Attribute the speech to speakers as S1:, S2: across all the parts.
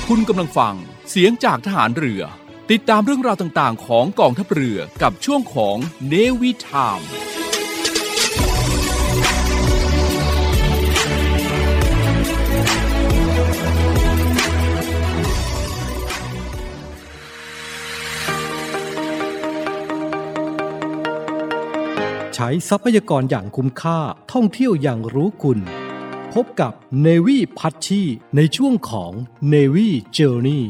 S1: คุณกำลังฟังเสียงจากทหารเรือติดตามเรื่องราวต่างๆของกองทัพเรือกับช่วงของ Navy Time
S2: ใช้ทรัพยากรอย่างคุ้มค่าท่องเที่ยวอย่างรู้คุณพบกับ Navy พัชชีในช่วงของ Navy Journey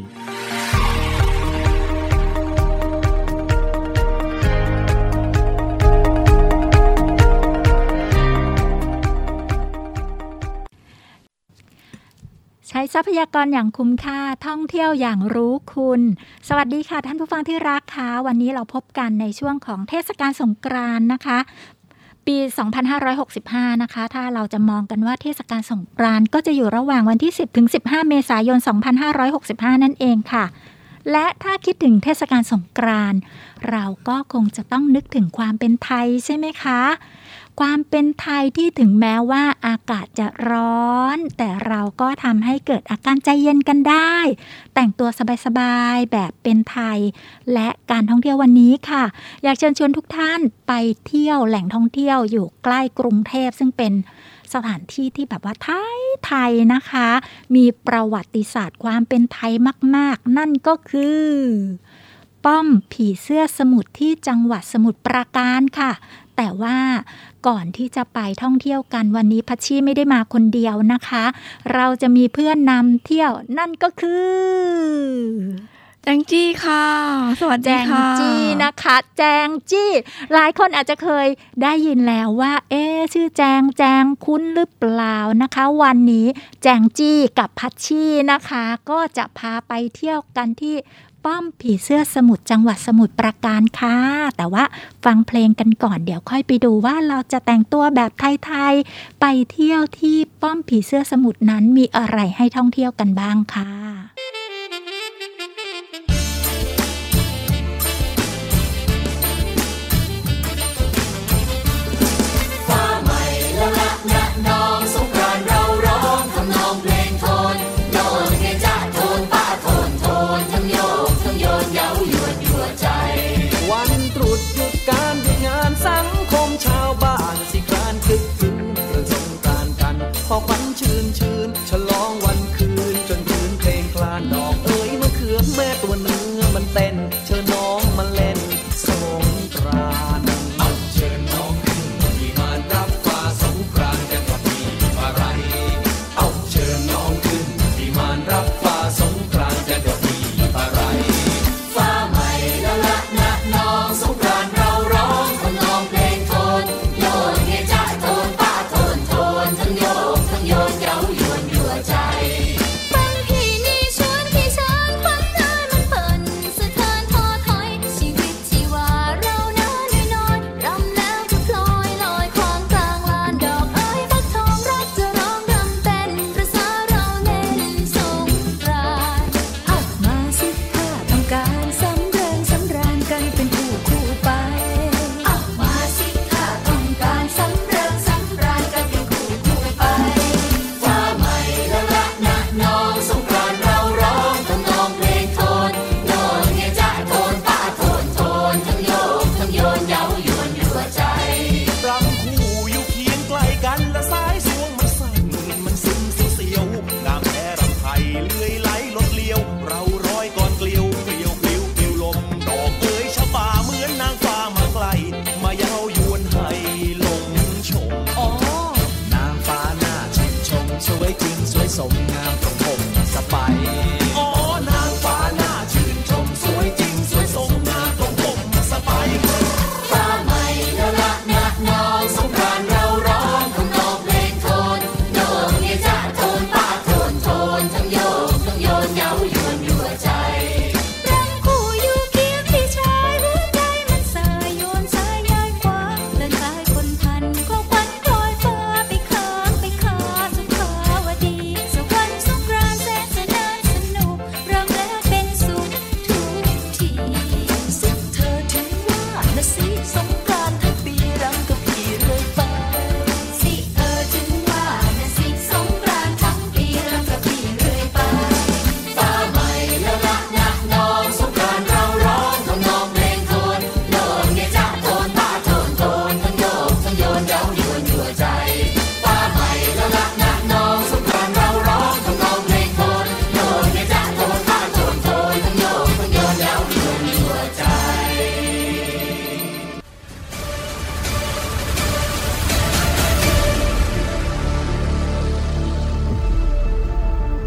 S3: ใช้ทรัพยากรอย่างคุ้มค่าท่องเที่ยวอย่างรู้คุณสวัสดีค่ะท่านผู้ฟังที่รักค่ะวันนี้เราพบกันในช่วงของเทศกาลสงกรานต์นะคะปี 2565 นะคะถ้าเราจะมองกันว่าเทศกาลสงกรานต์ก็จะอยู่ระหว่างวันที่ 10 ถึง 15 เมษายน 2565 นั่นเองค่ะและถ้าคิดถึงเทศกาลสงกรานต์เราก็คงจะต้องนึกถึงความเป็นไทยใช่ไหมคะความเป็นไทยที่ถึงแม้ว่าอากาศจะร้อนแต่เราก็ทำให้เกิดอาการใจเย็นกันได้แต่งตัวสบายๆแบบเป็นไทยและการท่องเที่ยววันนี้ค่ะอยากเชิญชวนทุกท่านไปเที่ยวแหล่งท่องเที่ยวอยู่ใกล้กรุงเทพซึ่งเป็นสถานที่ที่แบบว่าไทยนะคะมีประวัติศาสตร์ความเป็นไทยมากๆนั่นก็คือป้อมผีเสื้อสมุทรที่จังหวัดสมุทรปราการค่ะแต่ว่าก่อนที่จะไปท่องเที่ยวกันวันนี้พัชชีไม่ได้มาคนเดียวนะคะเราจะมีเพื่อนนำเที่ยวนั่นก็คือ
S4: แจงจี้ค่ะสวัสดีค่ะ
S3: แจงจี้นะคะแจงจี้หลายคนอาจจะเคยได้ยินแล้วว่าชื่อแจงคุ้นหรือเปล่านะคะวันนี้แจงจี้กับพัชชีนะคะก็จะพาไปเที่ยวกันที่ป้อมผีเสื้อสมุทรจังหวัดสมุทรปราการค่ะแต่ว่าฟังเพลงกันก่อนเดี๋ยวค่อยไปดูว่าเราจะแต่งตัวแบบไทยๆไปเที่ยวที่ป้อมผีเสื้อสมุทรนั้นมีอะไรให้ท่องเที่ยวกันบ้างค่ะ
S5: พอควันชื่นฉลองวันคืนจนคืนเพลงคลานดอกเอ๋ยมะเขือแม่ตัวเนื้อมันเต้นเชิญน้องมาเล่นสงกรานต์เอาเชิญน้องขึ้นที่มานรับฟ้าสงกรานต์กันว่ามีอะไรเอาเชิญน้องขึ้นที่มานรับฟ้าสงกรานต์กันว่ามีอะไรฟ้าใหม่ละละนะน้องสงกรานต์เราร้องทำนองเพลงโทนโยนเฮจ้าโทนป้าโทนทั้งโยกทั้งโยนเย้ายวนยั่วใจฟังพี่นี่ชวนพี่ช้างควันเอ้ยมันเปิ่นสะเทือนท้อถอยชีวิตชีวาเราน้อยรำแล้วก็พลอยลอยควางกลางลานดอกเอ้ยฟักทองรักจะร้องรำเต้นประสาเราเล่นสงกรานต์เอามาสิถ้าต้องการสำเริงสำราญกันเป็นคู่ไปเอามาสิถ้าต้องการสำเริงสำราญกันเป็นคู่ไปฟ้าใหม่ละละนะน้องสงกรานต์เราร้องทำนองเพลงโทนโยนเฮจ้าโทนป้าโทนทั้งโยกทั้งโยนเย้ายวนยั่วใจรำคู่อยู่เคียงใกล้กันและสายสวงมันสั่นมันซึมเสียวงามแท้รำไทยเลื่อยไหลลดเลี้ยวเราร้อยก่อนเกลียวลมดอกเอ๋ยชะป่าเหมือนนางฟ้ามาไกลมาเย้ายวนให้หลงชมอ๋อนางฟ้าหน้าชื่นชมสวยจริงสวยสมงามตรงผมสบายอ๋อนางฟ้าหน้าชื่นชมสวยจริงสวยสมงามตรงผมสบายฟ้าใหม่ละละนะน้องสงกรานต์เราร้องทำนองเพลงโทนโยนเฮจ้าโทนป้าโทนทั้งโยกทั้งโยนเย้ายวนยั่วใจรำคู่อยู่เคียงพี่ชายหัวใจมันสายโยนสายย้ายขวาเดินสายคนทันก็ควันคล้อยฟ้าไปค้าสุขาวดีสวรรค์สง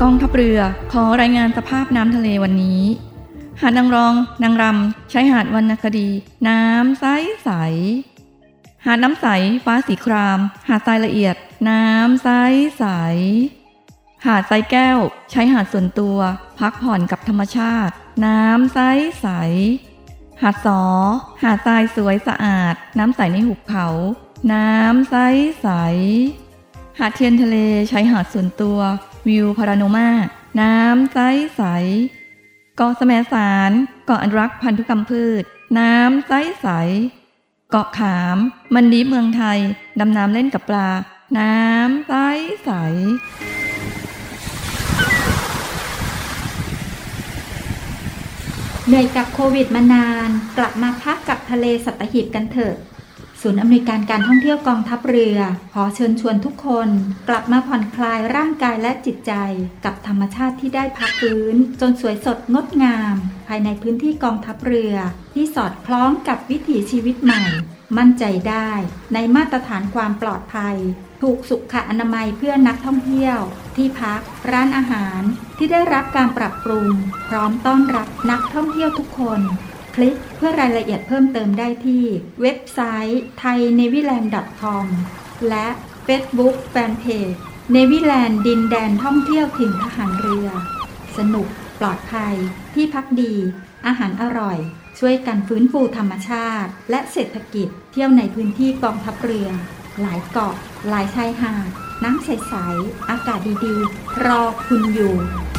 S4: กองทัพเรือขอรายงานสภาพน้ำทะเลวันนี้หาดนางรองนางรำชายหาดวรรณคดีน้ำใสใสหาดน้ำใสฟ้าสีครามหาดทรายละเอียดน้ำใสใสหาดทรายแก้วชายหาดส่วนตัวพักผ่อนกับธรรมชาติน้ำใสใสหาดสอหาดทรายสวยสะอาดน้ำใสในหุบเขาน้ำใสใสหาดเทียนทะเลชายหาดส่วนตัววิวพาราโนมาน้ำใสใสเกาะแสมสารเกาะอนุรักษ์พันธุกรรมพืชน้ำใสใสเกาะขามมันดีเมืองไทยดำน้ำเล่นกับปลาน้ำใสใส
S3: เหนื่อยกับโควิดมานานกลับมาพักกับทะเลสัตหีบกันเถอะศูนย์อำนวยการการท่องเที่ยวกองทัพเรือขอเชิญชวนทุกคนกลับมาผ่อนคลายร่างกายและจิตใจกับธรรมชาติที่ได้พักฟื้นจนสวยสดงดงามภายในพื้นที่กองทัพเรือที่สอดคล้องกับวิถีชีวิตใหม่มั่นใจได้ในมาตรฐานความปลอดภัยถูกสุขอนามัยเพื่อนักท่องเที่ยวที่พักร้านอาหารที่ได้รับการปรับปรุงพร้อมต้อนรับนักท่องเที่ยวทุกคนคลิกเพื่อรายละเอียดเพิ่มเติมได้ที่เว็บไซต์ thainewiland.com และ Facebook Fanpage Newiland ดินแดนท่องเที่ยวถิ่นทหารเรือสนุกปลอดภัยที่พักดีอาหารอร่อยช่วยกันฟื้นฟูธรรมชาติและเศรษฐกิจเที่ยวในพื้นที่กองทัพเรือหลายเกาะหลายชายหาดน้ำใสๆอากาศดีๆรอคุณอยู่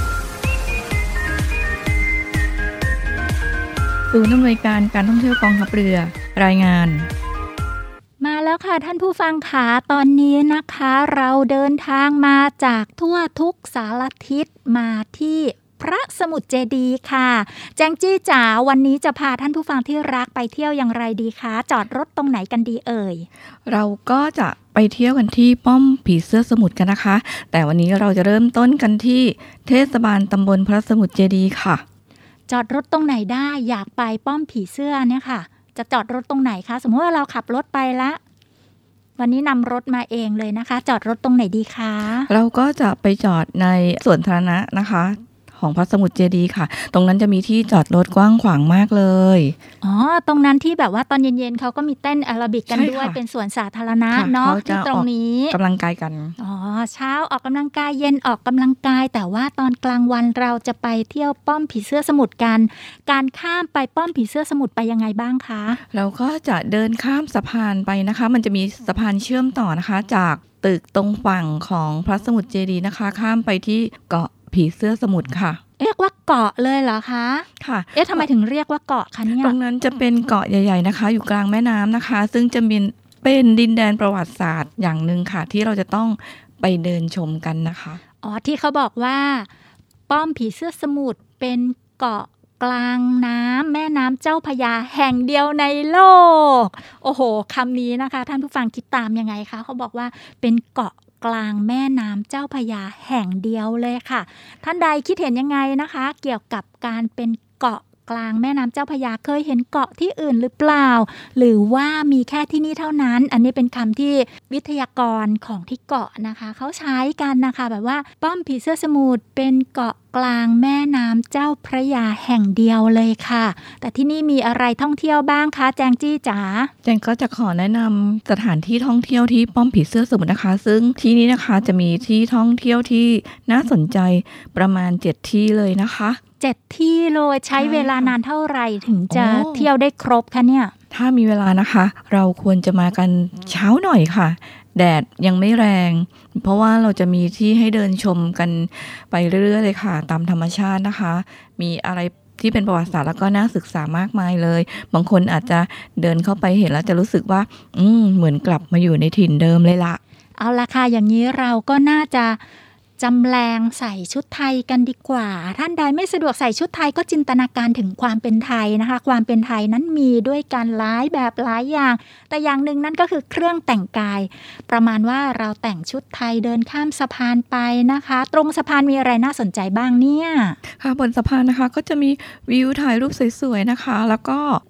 S4: ศูนย์อำนวยการการท่องเที่ยวกองทัพเรือรายงาน
S3: มาแล้วค่ะท่านผู้ฟังค่ะตอนนี้นะคะเราเดินทางมาจากทั่วทุกสารทิศมาที่พระสมุทรเจดีย์ค่ะแจงจี้จ๋าวันนี้จะพาท่านผู้ฟังที่รักไปเที่ยวอย่างไรดีคะจอดรถตรงไหนกันดีเอ่ย
S4: เราก็จะไปเที่ยวกันที่ป้อมผีเสื้อสมุทรกันนะคะแต่วันนี้เราจะเริ่มต้นกันที่เทศบาลตำบลพระสมุทรเจดีย์ค่ะ
S3: จอดรถตรงไหนได้อยากไปป้อมผีเสื้อเนี่ยค่ะจะจอดรถตรงไหนคะสมมติว่าเราขับรถไปละวันนี้นำรถมาเองเลยนะคะจอดรถตรงไหนดีคะ
S4: เราก็จะไปจอดในสวนสาธารณะนะคะของพระสมุทรเจดีย์ค่ะตรงนั้นจะมีที่จอดรถกว้างขวางมากเลย
S3: อ๋อตรงนั้นที่แบบว่าตอนเย็นๆเขาก็มีเต้นแอโรบิกกันด้วยเป็นสวนสาธารณะเนาะที่ตรงนี้
S4: กำลังกายกัน
S3: อ๋อเช้าออกกำลังกายเย็นออกกำลังกายแต่ว่าตอนกลางวันเราจะไปเที่ยวป้อมผีเสื้อสมุทรกันการข้ามไปป้อมผีเสื้อสมุทรไปยังไงบ้างคะ
S4: เราก็จะเดินข้ามสะพานไปนะคะมันจะมีสะพานเชื่อมต่อนะคะจากตึกตรงฝั่งของพระสมุทรเจดีย์นะคะข้ามไปที่เกาะผีเสื้อสมุทรค่ะ
S3: เรียกว่าเกาะเลยเหรอคะ
S4: ค่ะ
S3: ทำไมถึงเรียกว่าเกาะคะเนี่ย
S4: ตรงนั้นจะเป็นเกาะใหญ่ๆนะคะอยู่กลางแม่น้ำนะคะซึ่งจะเป็นดินแดนประวัติศาสตร์อย่างหนึ่งค่ะที่เราจะต้องไปเดินชมกันนะคะ
S3: อ๋อที่เขาบอกว่าป้อมผีเสื้อสมุทรเป็นเกาะกลางน้ำแม่น้ำเจ้าพระยาแห่งเดียวในโลกโอ้โหคำนี้นะคะท่านผู้ฟังคิดตามยังไงคะเขาบอกว่าเป็นเกาะกลางแม่น้ำเจ้าพระยาแห่งเดียวเลยค่ะท่านใดคิดเห็นยังไงนะคะเกี่ยวกับการเป็นเกาะกลางแม่น้ำเจ้าพระยาเคยเห็นเกาะที่อื่นหรือเปล่าหรือว่ามีแค่ที่นี่เท่านั้นอันนี้เป็นคำที่วิทยากรของที่เกาะนะคะเขาใช้กันนะคะแบบว่าป้อมผีเสื้อสมุทรเป็นเกาะกลางแม่น้ำเจ้าพระยาแห่งเดียวเลยค่ะแต่ที่นี่มีอะไรท่องเที่ยวบ้างคะแจงจี้จ๋า
S4: แจงก็จะขอแนะนำสถานที่ท่องเที่ยวที่ป้อมผีเสื้อสมุทรนะคะซึ่งที่นี้นะคะจะมีที่ท่องเที่ยวที่น่าสนใจประมาณ7ที่เลยนะคะ
S3: 7ที่เลยใช้เวลานานเท่าไหร่ถึงจะเที่ยวได้ครบคะเนี่ย
S4: ถ้ามีเวลานะคะเราควรจะมากันเช้าหน่อยค่ะแดดยังไม่แรงเพราะว่าเราจะมีที่ให้เดินชมกันไปเรื่อยๆเลยค่ะตามธรรมชาตินะคะมีอะไรที่เป็นประวัติศาสตร์แล้วก็น่าศึกษามากมายเลยบางคนอาจจะเดินเข้าไปเห็นแล้วจะรู้สึกว่าเหมือนกลับมาอยู่ในถิ่นเดิมเลยล่ะ
S3: เอาล่ะค่ะอย่างนี้เราก็น่าจะจำแรงใส่ชุดไทยกันดีกว่าท่านใดไม่สะดวกใส่ชุดไทยก็จินตนาการถึงความเป็นไทยนะคะความเป็นไทยนั้นมีด้วยกันหลายแบบหลายอย่างแต่อย่างหนึ่งนั่นก็คือเครื่องแต่งกายประมาณว่าเราแต่งชุดไทยเดินข้ามสะพานไปนะคะตรงสะพานมีอะไรน่าสนใจบ้างเนี่ย
S4: ค่ะบนสะพานนะคะก็จะมีวิวถ่ายรูปสวยๆนะคะแล้วก็จะ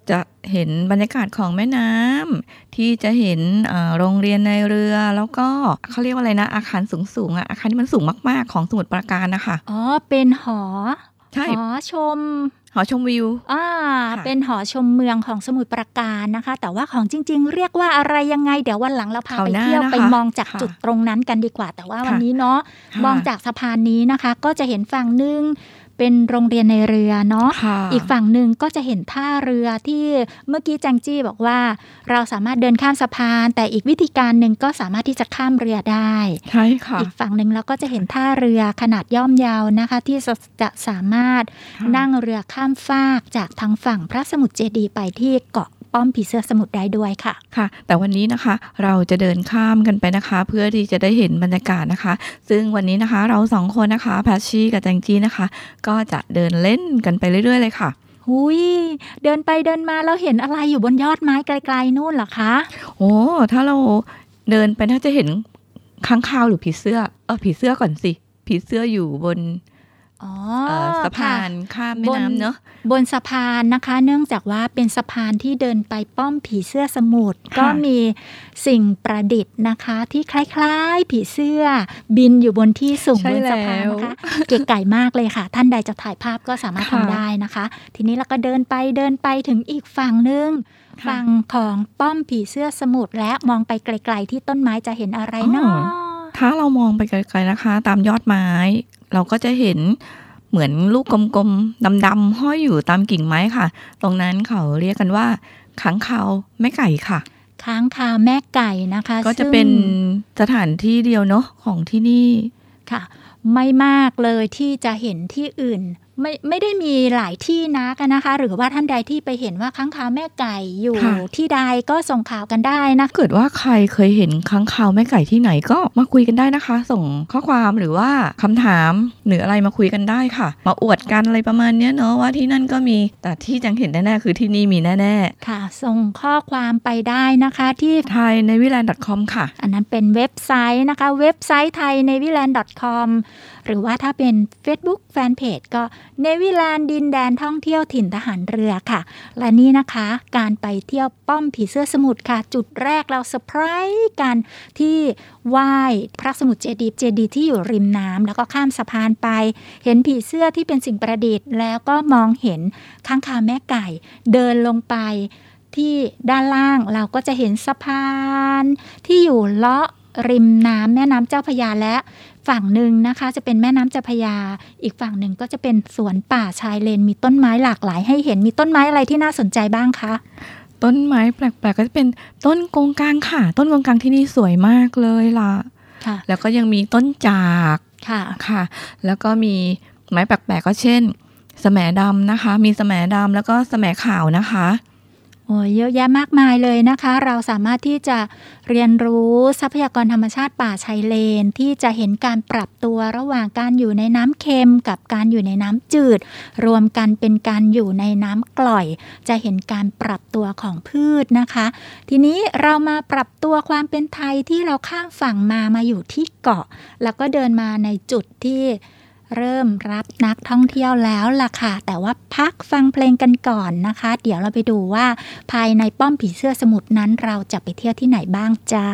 S4: เห็นบรรยากาศของแม่น้ำที่จะเห็นโรงเรียนในเรือแล้วก็เขาเรียกว่าอะไรนะอาคารสูงๆอาคารที่มันสูงมากๆของสมุทรปราการนะคะ
S3: อ๋อเป็นหอชม
S4: วิว
S3: เป็นหอชมเมืองของสมุทรปราการนะคะแต่ว่าของจริงๆเรียกว่าอะไรยังไงเดี๋ยววันหลังเราพาไปเที่ยวไปมองจากจุดตรงนั้นกันดีกว่าแต่ว่าวันนี้เนาะมองจากสะพานนี้นะคะก็จะเห็นฝั่งนึงเป็นโรงเรียนในเรือเนาะอีกฝั่งหนึ่งก็จะเห็นท่าเรือที่เมื่อกี้จังจี้บอกว่าเราสามารถเดินข้ามสะพานแต่อีกวิธีการหนึ่งก็สามารถที่จะข้ามเรือได้
S4: ใช่ค่ะ
S3: อีกฝั่งหนึ่งเราก็จะเห็นท่าเรือขนาดย่อมยาวนะคะที่จะสามารถนั่งเรือข้ามฟากจากทางฝั่งพระสมุทรเจดีย์ไปที่เกาะป้อมผีเสื้อสมุทรได้ด้วยค่ะ
S4: ค่ะแต่วันนี้นะคะเราจะเดินข้ามกันไปนะคะเพื่อที่จะได้เห็นบรรยากาศนะคะซึ่งวันนี้นะคะเรา2คนนะคะแพชชี่กับแจงจี้นะคะก็จะเดินเล่นกันไปเรื่อยๆเลยค่ะ
S3: หุยเดินไปเดินมาเราเห็นอะไรอยู่บนยอดไม้ไกลๆนู่นเหรอคะ
S4: โอ้ถ้าเราเดินไปน่าจะเห็นค้างคาวหรือผีเสื้อผีเสื้อก่อนสิผีเสื้ออยู่บนสะพานข้ามแม่น้ำเนอะ
S3: บนสะพานนะคะเนื่องจากว่าเป็นสะพานที่เดินไปป้อมผีเสื้อสมุทรก็มีสิ่งประดิษฐ์นะคะที่คล้ายๆผีเสื้อบินอยู่บนที่สูงบนสะพานนะคะเก๋ไก่มากเลยค่ะท่านใดจะถ่ายภาพก็สามารถทำได้นะคะทีนี้เราก็เดินไปถึงอีกฝั่งนึงฝั่งของป้อมผีเสื้อสมุทรและมองไปไกลๆที่ต้นไม้จะเห็นอะไรเนาะ
S4: ถ้าเรามองไปไกลๆนะคะตามยอดไม้เราก็จะเห็นเหมือนลูกกลมๆดำๆห้อยอยู่ตามกิ่งไม้ค่ะตรงนั้นเขาเรียกกันว่าค้างคาวแม่ไก่ค่ะ
S3: ค้างคาวแม่ไก่นะคะ
S4: ก็จะเป็นสถานที่เดียวเนาะของที่นี่
S3: ค่ะไม่มากเลยที่จะเห็นที่อื่นไม่ได้มีหลายที่นักนะคะหรือว่าท่านใดที่ไปเห็นว่าค้างคาวแม่ไก่อยู่ที่ใดก็ส่งข่าวกันได้นะ
S4: เกิดว่าใครเคยเห็นค้างคาวแม่ไก่ที่ไหนก็มาคุยกันได้นะคะส่งข้อความหรือว่าคำถามหรืออะไรมาคุยกันได้ค่ะมาอวดกันอะไรประมาณนี้เนาะว่าที่นั่นก็มีแต่ที่จังเห็นแน่ๆคือที่นี่มีแน่
S3: ๆค่ะส่งข้อความไปได้นะคะที่
S4: thainewiland.com ค่ะ
S3: อันนั้นเป็นเว็บไซต์นะคะเว็บไซต์ thainewiland.com หรือว่าถ้าเป็น Facebook Fanpage ก็เนวิแลนด์ดินแดนท่องเที่ยวถิ่นทหารเรือค่ะและนี่นะคะการไปเที่ยวป้อมผีเสื้อสมุทรค่ะจุดแรกเราเซอร์ไพรส์กันที่ไหว้พระสมุทรเจดีย์ที่อยู่ริมน้ำแล้วก็ข้ามสะพานไปเห็นผีเสื้อที่เป็นสิ่งประดิษฐ์แล้วก็มองเห็นค้างคาวแม่ไก่เดินลงไปที่ด้านล่างเราก็จะเห็นสะพานที่อยู่เลาะริมน้ำแม่น้ำเจ้าพระยาและฝั่งหนึ่งนะคะจะเป็นแม่น้ำเจ้าพระยาอีกฝั่งหนึ่งก็จะเป็นสวนป่าชายเลนมีต้นไม้หลากหลายให้เห็นมีต้นไม้อะไรที่น่าสนใจบ้างคะ
S4: ต้นไม้แปลกๆก็จะเป็นต้นกงกางค่ะต้นกงกางที่นี่สวยมากเลยล่ะแล้วก็ยังมีต้นจากค่ะแล้วก็มีไม้แปลกๆก็เช่นแสมดำนะคะมีแสมดำแล้วก็แสมขาวนะคะ
S3: โอ้ยเยอะแยะมากมายเลยนะคะเราสามารถที่จะเรียนรู้ทรัพยากรธรรมชาติป่าชายเลนที่จะเห็นการปรับตัวระหว่างการอยู่ในน้ำเค็มกับการอยู่ในน้ำจืดรวมกันเป็นการอยู่ในน้ำกร่อยจะเห็นการปรับตัวของพืชนะคะทีนี้เรามาปรับตัวความเป็นไทยที่เราข้ามฝั่งมาอยู่ที่เกาะแล้วก็เดินมาในจุดที่เริ่มรับนักท่องเที่ยวแล้วล่ะค่ะแต่ว่าพักฟังเพลงกันก่อนนะคะเดี๋ยวเราไปดูว่าภายในป้อมผีเสื้อสมุทรนั้นเราจะไปเที่ยวที่ไหนบ้างจ้า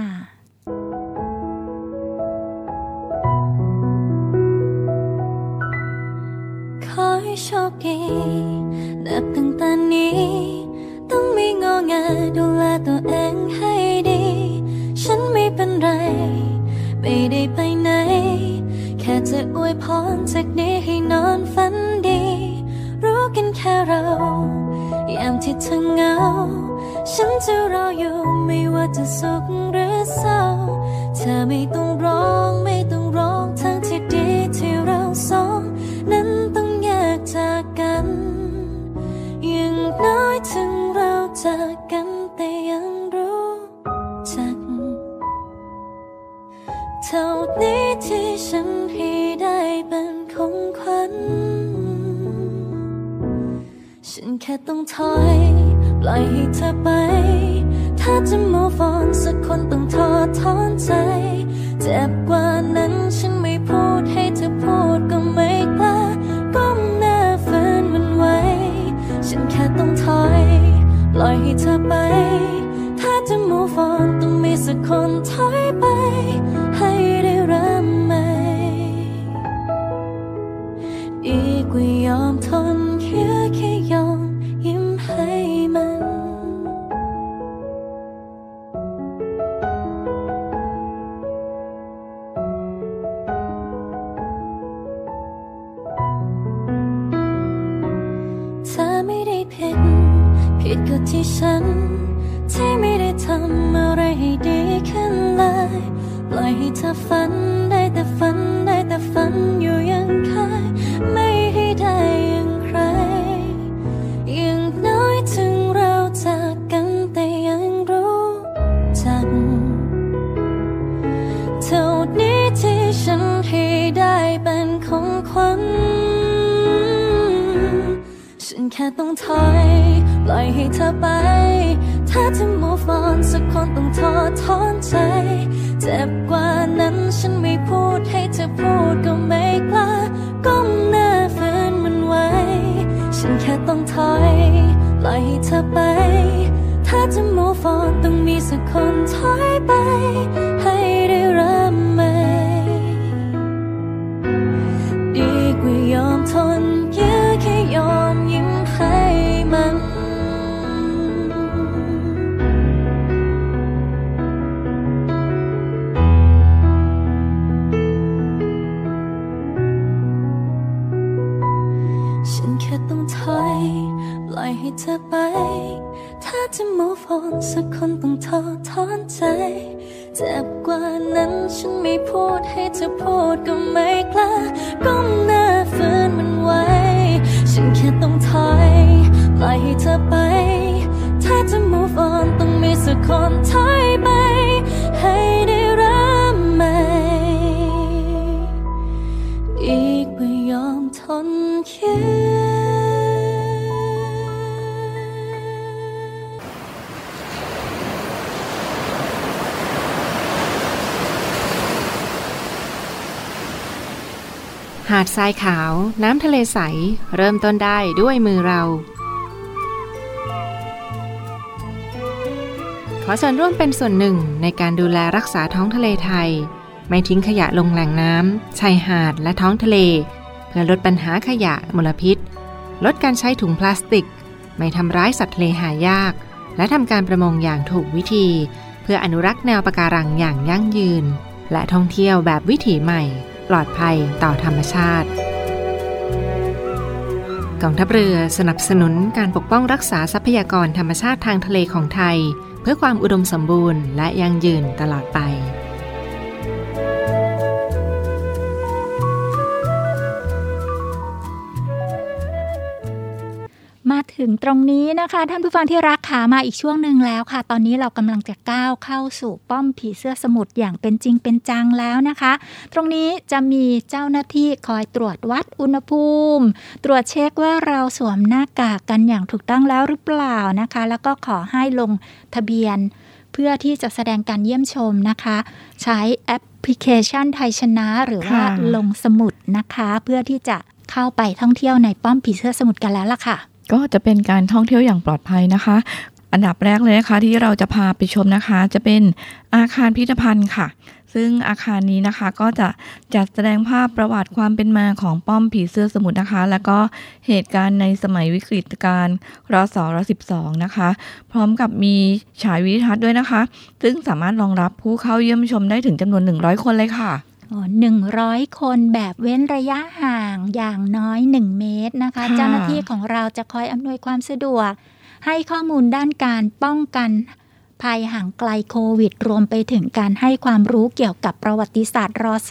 S6: ขอให้โชคดีนับตั้งแต่นี้ต้องไม่งอแงดูแลตัวเองให้ดีฉันไม่เป็นไรไม่ได้ไปไหนแค่จะอวยพรจากนี้ให้นอนฝันดีรู้กันแค่เรายามที่เธอเหงาฉันจะรออยู่ไม่ว่าจะสุขหรือเศร้าเธอไม่ต้องร้องไม่ต้องร้องทั้งที่ดีที่เราสองนั้นต้องแยกจากกันอย่างน้อยถึงเราจากกันแต่ยังรู้จักเท่านี้ที่ฉันให้ได้เป็นของขวัญฉันแค่ต้องถอยปล่อยให้เธอไปถ้าจะ move on สักคนต้องทอดถอนใจเจ็บกว่านั้นฉันไม่พูดให้เธอพูดก็ไม่กล้าก้มหน้าฝืนมันไว้ฉันแค่ต้องถอยปดีกว่ายอมทนแค่ยอมยิ้มให้มันเธอไม่ได้ผิดก็ที่ฉันที่ไม่ได้ทำอะไรให้ดีขึ้นเลยปล่อยให้เธอฝันได้แต่ฝันได้แต่ฝันอยู่ยังเคยไม่ให้ได้อย่างใครอย่างน้อยถึงเราจากกันแต่ยังรู้จักเท่านี้ที่ฉันให้ได้เป็นของขวัญฉันแค่ต้องถอยปล่อยให้เธอไปถ้าจะ move on สักคนต้องท้อถอนใจเจ็บกว่านั้นฉันไม่พูดให้เธอพูดก็ไม่กล้าก้มหน้าฝืนมันไว้ฉันแค่ต้องถอยปล่อยให้เธอไปถ้าจะ move on ต้องมีสักคนถอยไปให้ได้เริ่มใหม่ดีกว่ายอมทนยื้อแค่ยอมยิ้มให้มันฉันแค่ต้องถอยปล่อยให้เธอไปถ้าจะ move on สักคนต้องท้อถอนใจเจ็บกว่านั้นฉันไม่พูดให้เธอพูดก็ไม่กล้าก้มหน้าฝืนมันไว้ฉันแค่ต้องถอยปล่อยให้เธอไปถ้าจะ move on ต้องมีสักคนถอยไปให้ได้เริ่มใหม่ดีกว่ายอมทนแค่
S7: หาดทรายขาวน้ำทะเลใสเริ่มต้นได้ด้วยมือเราขอส่วนร่วมเป็นส่วนหนึ่งในการดูแลรักษาท้องทะเลไทยไม่ทิ้งขยะลงแหล่งน้ำชายหาดและท้องทะเลเพื่อลดปัญหาขยะมลพิษลดการใช้ถุงพลาสติกไม่ทำร้ายสัตว์ทะเลหายากและทำการประมงอย่างถูกวิธีเพื่ออนุรักษ์แนวปะการังอย่างยั่งยืนและท่องเที่ยวแบบวิถีใหม่ปลอดภัยต่อธรรมชาติกองทัพเรือสนับสนุนการปกป้องรักษาทรัพยากรธรรมชาติทางทะเลของไทยเพื่อความอุดมสมบูรณ์และยั่งยืนตลอดไป
S3: มาถึงตรงนี้นะคะท่านผู้ฟังที่รักค่ะมาอีกช่วงหนึ่งแล้วค่ะตอนนี้เรากำลังจะก้าวเข้าสู่ป้อมผีเสื้อสมุทรอย่างเป็นจริงเป็นจังแล้วนะคะตรงนี้จะมีเจ้าหน้าที่คอยตรวจวัดอุณหภูมิตรวจเช็คว่าเราสวมหน้ากากกันอย่างถูกต้องแล้วหรือเปล่านะคะแล้วก็ขอให้ลงทะเบียนเพื่อที่จะแสดงการเยี่ยมชมนะคะใช้แอปพลิเคชันไทยชนะหรือว่าลงสมุดนะคะเพื่อที่จะเข้าไปท่องเที่ยวในป้อมผีเสื้อสมุทรกันแล้วล่ะค่ะ
S4: ก็จะเป็นการท่องเที่ยวอย่างปลอดภัยนะคะอันดับแรกเลยนะคะที่เราจะพาไปชมนะคะจะเป็นอาคารพิพิธภัณฑ์ค่ะซึ่งอาคารนี้นะคะก็จะจัดแสดงภาพประวัติความเป็นมาของป้อมผีเสื้อสมุทรนะคะแล้วก็เหตุการณ์ในสมัยวิกฤตการณ์รศ.12นะคะพร้อมกับมีฉายวิดีทัศน์ด้วยนะคะซึ่งสามารถรองรับผู้เข้าเยี่ยมชมได้ถึงจำนวน100คนเลยค่ะ
S3: 100 คนแบบเว้นระยะห่างอย่างน้อย1 เมตรนะคะเจ้าหน้าที่ของเราจะคอยอำนวยความสะดวกให้ข้อมูลด้านการป้องกันภัยห่างไกลโควิดรวมไปถึงการให้ความรู้เกี่ยวกับประวัติศาสตร์รศ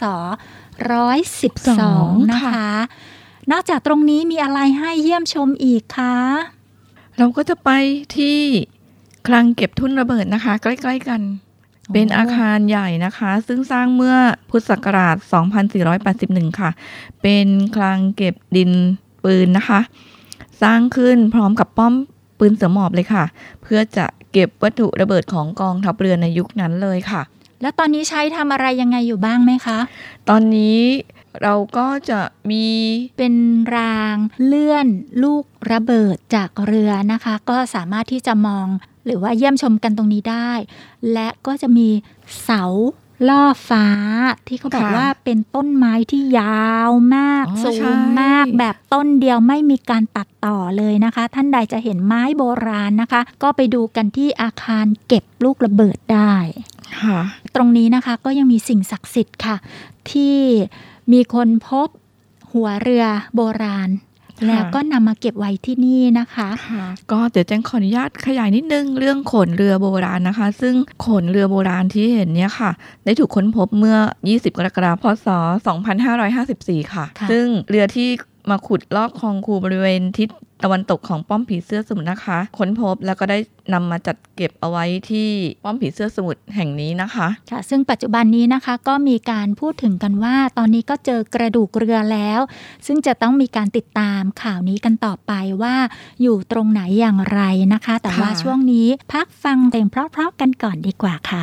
S3: .112 นะคะนอกจากตรงนี้มีอะไรให้เยี่ยมชมอีกคะ
S4: เราก็จะไปที่คลังเก็บทุ่นระเบิดนะคะใกล้ๆกันเป็นอาคารใหญ่นะคะซึ่งสร้างเมื่อพุทธศักราช 2481 ค่ะเป็นคลังเก็บดินปืนนะคะสร้างขึ้นพร้อมกับป้อมปืนเสือหมอบเลยค่ะเพื่อจะเก็บวัตถุระเบิดของกองทัพเรือในยุคนั้นเลยค่ะ
S3: แล้วตอนนี้ใช้ทำอะไรยังไงอยู่บ้างไหมคะ
S4: ตอนนี้เราก็จะมี
S3: เป็นรางเลื่อนลูกระเบิดจากเรือนะคะก็สามารถที่จะมองหรือว่าเยี่ยมชมกันตรงนี้ได้และก็จะมีเสาล่อฟ้าที่เขาบอกว่าเป็นต้นไม้ที่ยาวมากสูงมากแบบต้นเดียวไม่มีการตัดต่อเลยนะคะท่านใดจะเห็นไม้โบราณนะคะก็ไปดูกันที่อาคารเก็บลูกระเบิดได้ตรงนี้นะคะก็ยังมีสิ่งศักดิ์สิทธิ์ค่ะที่มีคนพบหัวเรือโบราณแล้วก็นำมาเก็บไว้ที่นี่นะคะ
S4: ก็เดี๋ยวแจ้งขออนุญาตขยายนิดนึงเรื่องโขนเรือโบราณนะคะซึ่งโขนเรือโบราณที่เห็นเนี่ยค่ะได้ถูกค้นพบเมื่อ20 กรกฎาคม พ.ศ. 2554 ค่ะซึ่งเรือที่มาขุดลอกคลองคูบริเวณทิศตะวันตกของป้อมผีเสื้อสมุทรนะคะค้นพบแล้วก็ได้นำมาจัดเก็บเอาไว้ที่ป้อมผีเสื้อสมุทรแห่งนี้นะคะ
S3: ค่ะซึ่งปัจจุบันนี้นะคะก็มีการพูดถึงกันว่าตอนนี้ก็เจอกระดูกเรือแล้วซึ่งจะต้องมีการติดตามข่าวนี้กันต่อไปว่าอยู่ตรงไหนอย่างไรนะคะแต่ว่าช่วงนี้พักฟังเพลงเพราะๆกันก่อนดีกว่าค่ะ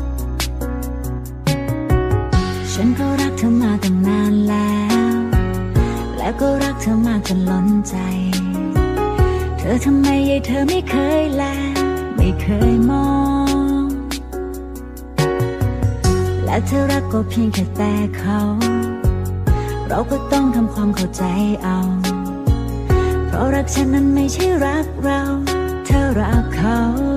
S6: ฉันก็รักเธอมาตั้งนานแล้วก็รักเธอมากจนล้นใจเธอทำไมเธอไม่เคยแลไม่เคยมองและเธอรักก็เพียงแค่แต่เขาเราก็ต้องทำความเข้าใจเอาเพราะรักฉันนั้นไม่ใช่รักเราเธอรักเขา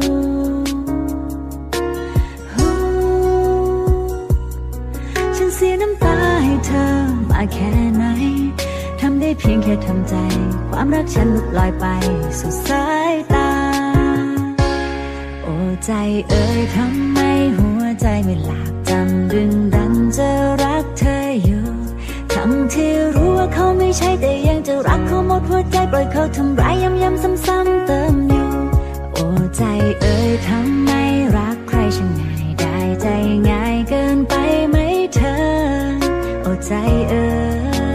S6: ฉันเสียน้ำตาให้เธอมาแค่ไหนทำได้เพียงแค่ทำใจความรักฉันหลุดลอยไปสู่สายตาโอ้ใจเอ่ยทำไมหัวใจไม่หลาบจำดึงดันจะรักเธออยู่ทั้งที่รู้ว่าเขาไม่ใช่แต่ยังจะรักเขาหมดหัวใจปล่อยเขาทำร้ายย้ำๆซ้ำๆเติมอยู่โอ้ใจเอ่ยทำไมรักใครช่างง่ายได้ใจง่ายเกินไปไหมเธอโอ้ใจเอ่ย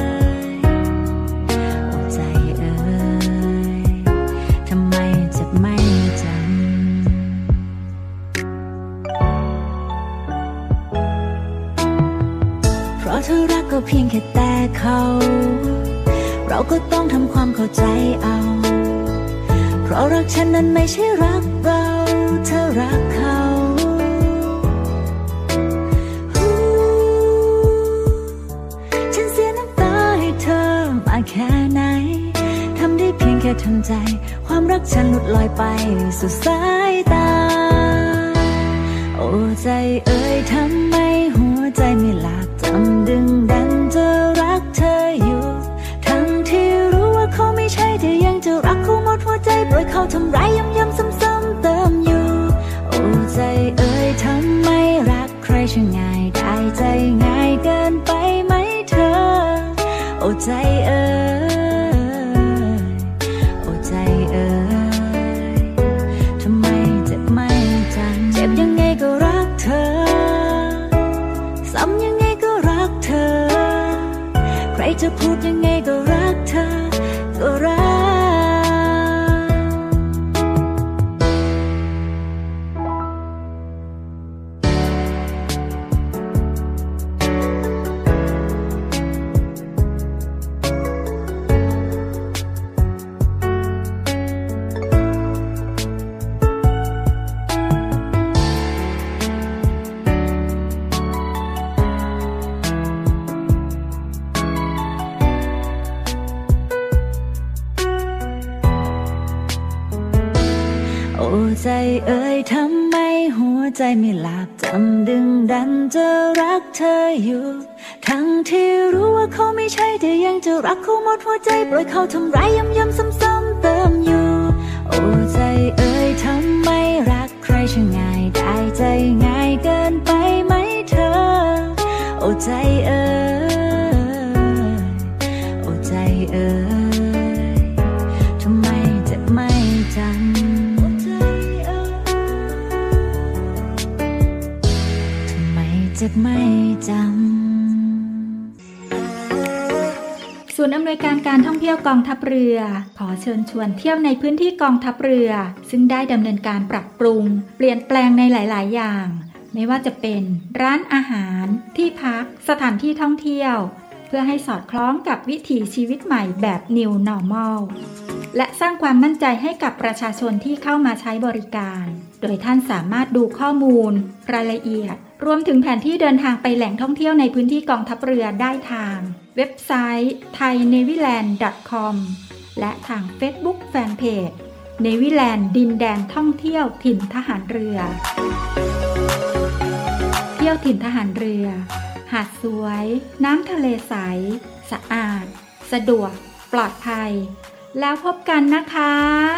S6: เธอรักก็เพียงแค่แต่เขาเราก็ต้องทำความเข้าใจเอาเพราะรักฉันนั้นไม่ใช่รักเราเธอรักเขาฉันเสียน้ำตาให้เธอมาแค่ไหนทำได้เพียงแค่ทำใจความรักฉันหลุดลอยไปสู่สายตาโอ้ใจเอ่ยทำไมหัวใจไม่หลับจำดึงดันจะรักเธออยู่ทั้งที่รู้ว่าเขาไม่ใช่แต่ยังจะรักเขาหมดหัวใจปล่อยเขาทำร้ายย้ำๆซ้ำๆเติมอยู่โอ้ใจเอ่ยทำไมรักใครช่างง่ายได้ใจง่ายเกินไปไหมเธอโอ้ใจเอ่ยโอ้ใจเอ่ยทำไมเจ็บไม่จังเจ็บยังไงก็รักเธอซ้ำยังไงก็รักเธอใครจะพูดยังไงก็รักเธอก็รักใจเอ่ยทำไมหัวใจไม่หลับจำดึงดันจะรักเธออยู่ทั้งที่รู้ว่าเขาไม่ใช่แต่ยังจะรักเขาหมดหัวใจปล่อยเขาทำร้ายย้ำๆซ้ำๆเติมอยู่โอ้ใจเอ่ยทำไมรักใครช่างง่ายได้ใจง่ายเกินไปไหมเธอโอ้ใจเอ่ยโอ้ใจเอ่ยทำไมเจ็บไม่จังเจ็บไม่จำ
S3: ศูนย์อำนวยการการท่องเที่ยวกองทัพเรือขอเชิญชวนเที่ยวในพื้นที่กองทัพเรือซึ่งได้ดำเนินการปรับปรุงเปลี่ยนแปลงในหลายๆอย่างไม่ว่าจะเป็นร้านอาหารที่พักสถานที่ท่องเที่ยวเพื่อให้สอดคล้องกับวิถีชีวิตใหม่แบบ New Normal และสร้างความมั่นใจให้กับประชาชนที่เข้ามาใช้บริการโดยท่านสามารถดูข้อมูลรายละเอียดรวมถึงแผนที่เดินทางไปแหล่งท่องเที่ยวในพื้นที่กองทัพเรือได้ทางเว็บไซต์ thaiNavyland.com และทาง Facebook Fanpage Navyland ดินแดนท่องเที่ยวถิ่นทหารเรือเที่ยวถิ่นทหารเรือหาดสวยน้ำทะเลใสสะอาดสะดวกปลอดภัยแล้วพบกันนะคะ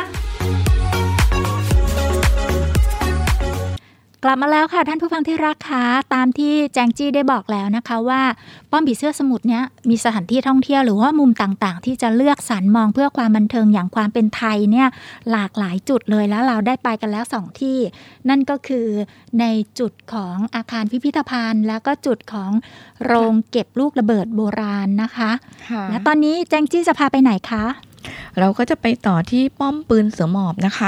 S3: กลับมาแล้วค่ะท่านผู้ฟังที่รักค่ะตามที่แจงจี้ได้บอกแล้วนะคะว่าป้อมผีเสื้อสมุทรเนี้ยมีสถานที่ท่องเที่ยวหรือว่ามุมต่างๆที่จะเลือกสรรมองเพื่อความบันเทิงอย่างความเป็นไทยเนี่ยหลากหลายจุดเลยแล้วเราได้ไปกันแล้ว2ที่นั่นก็คือในจุดของอาคารพิพิธภัณฑ์แล้วก็จุดของโรงเก็บลูกระเบิดโบราณนะคะและตอนนี้แจงจี้จะพาไปไหนคะ
S4: เราก็จะไปต่อที่ป้อมปืนเสือหมอบนะคะ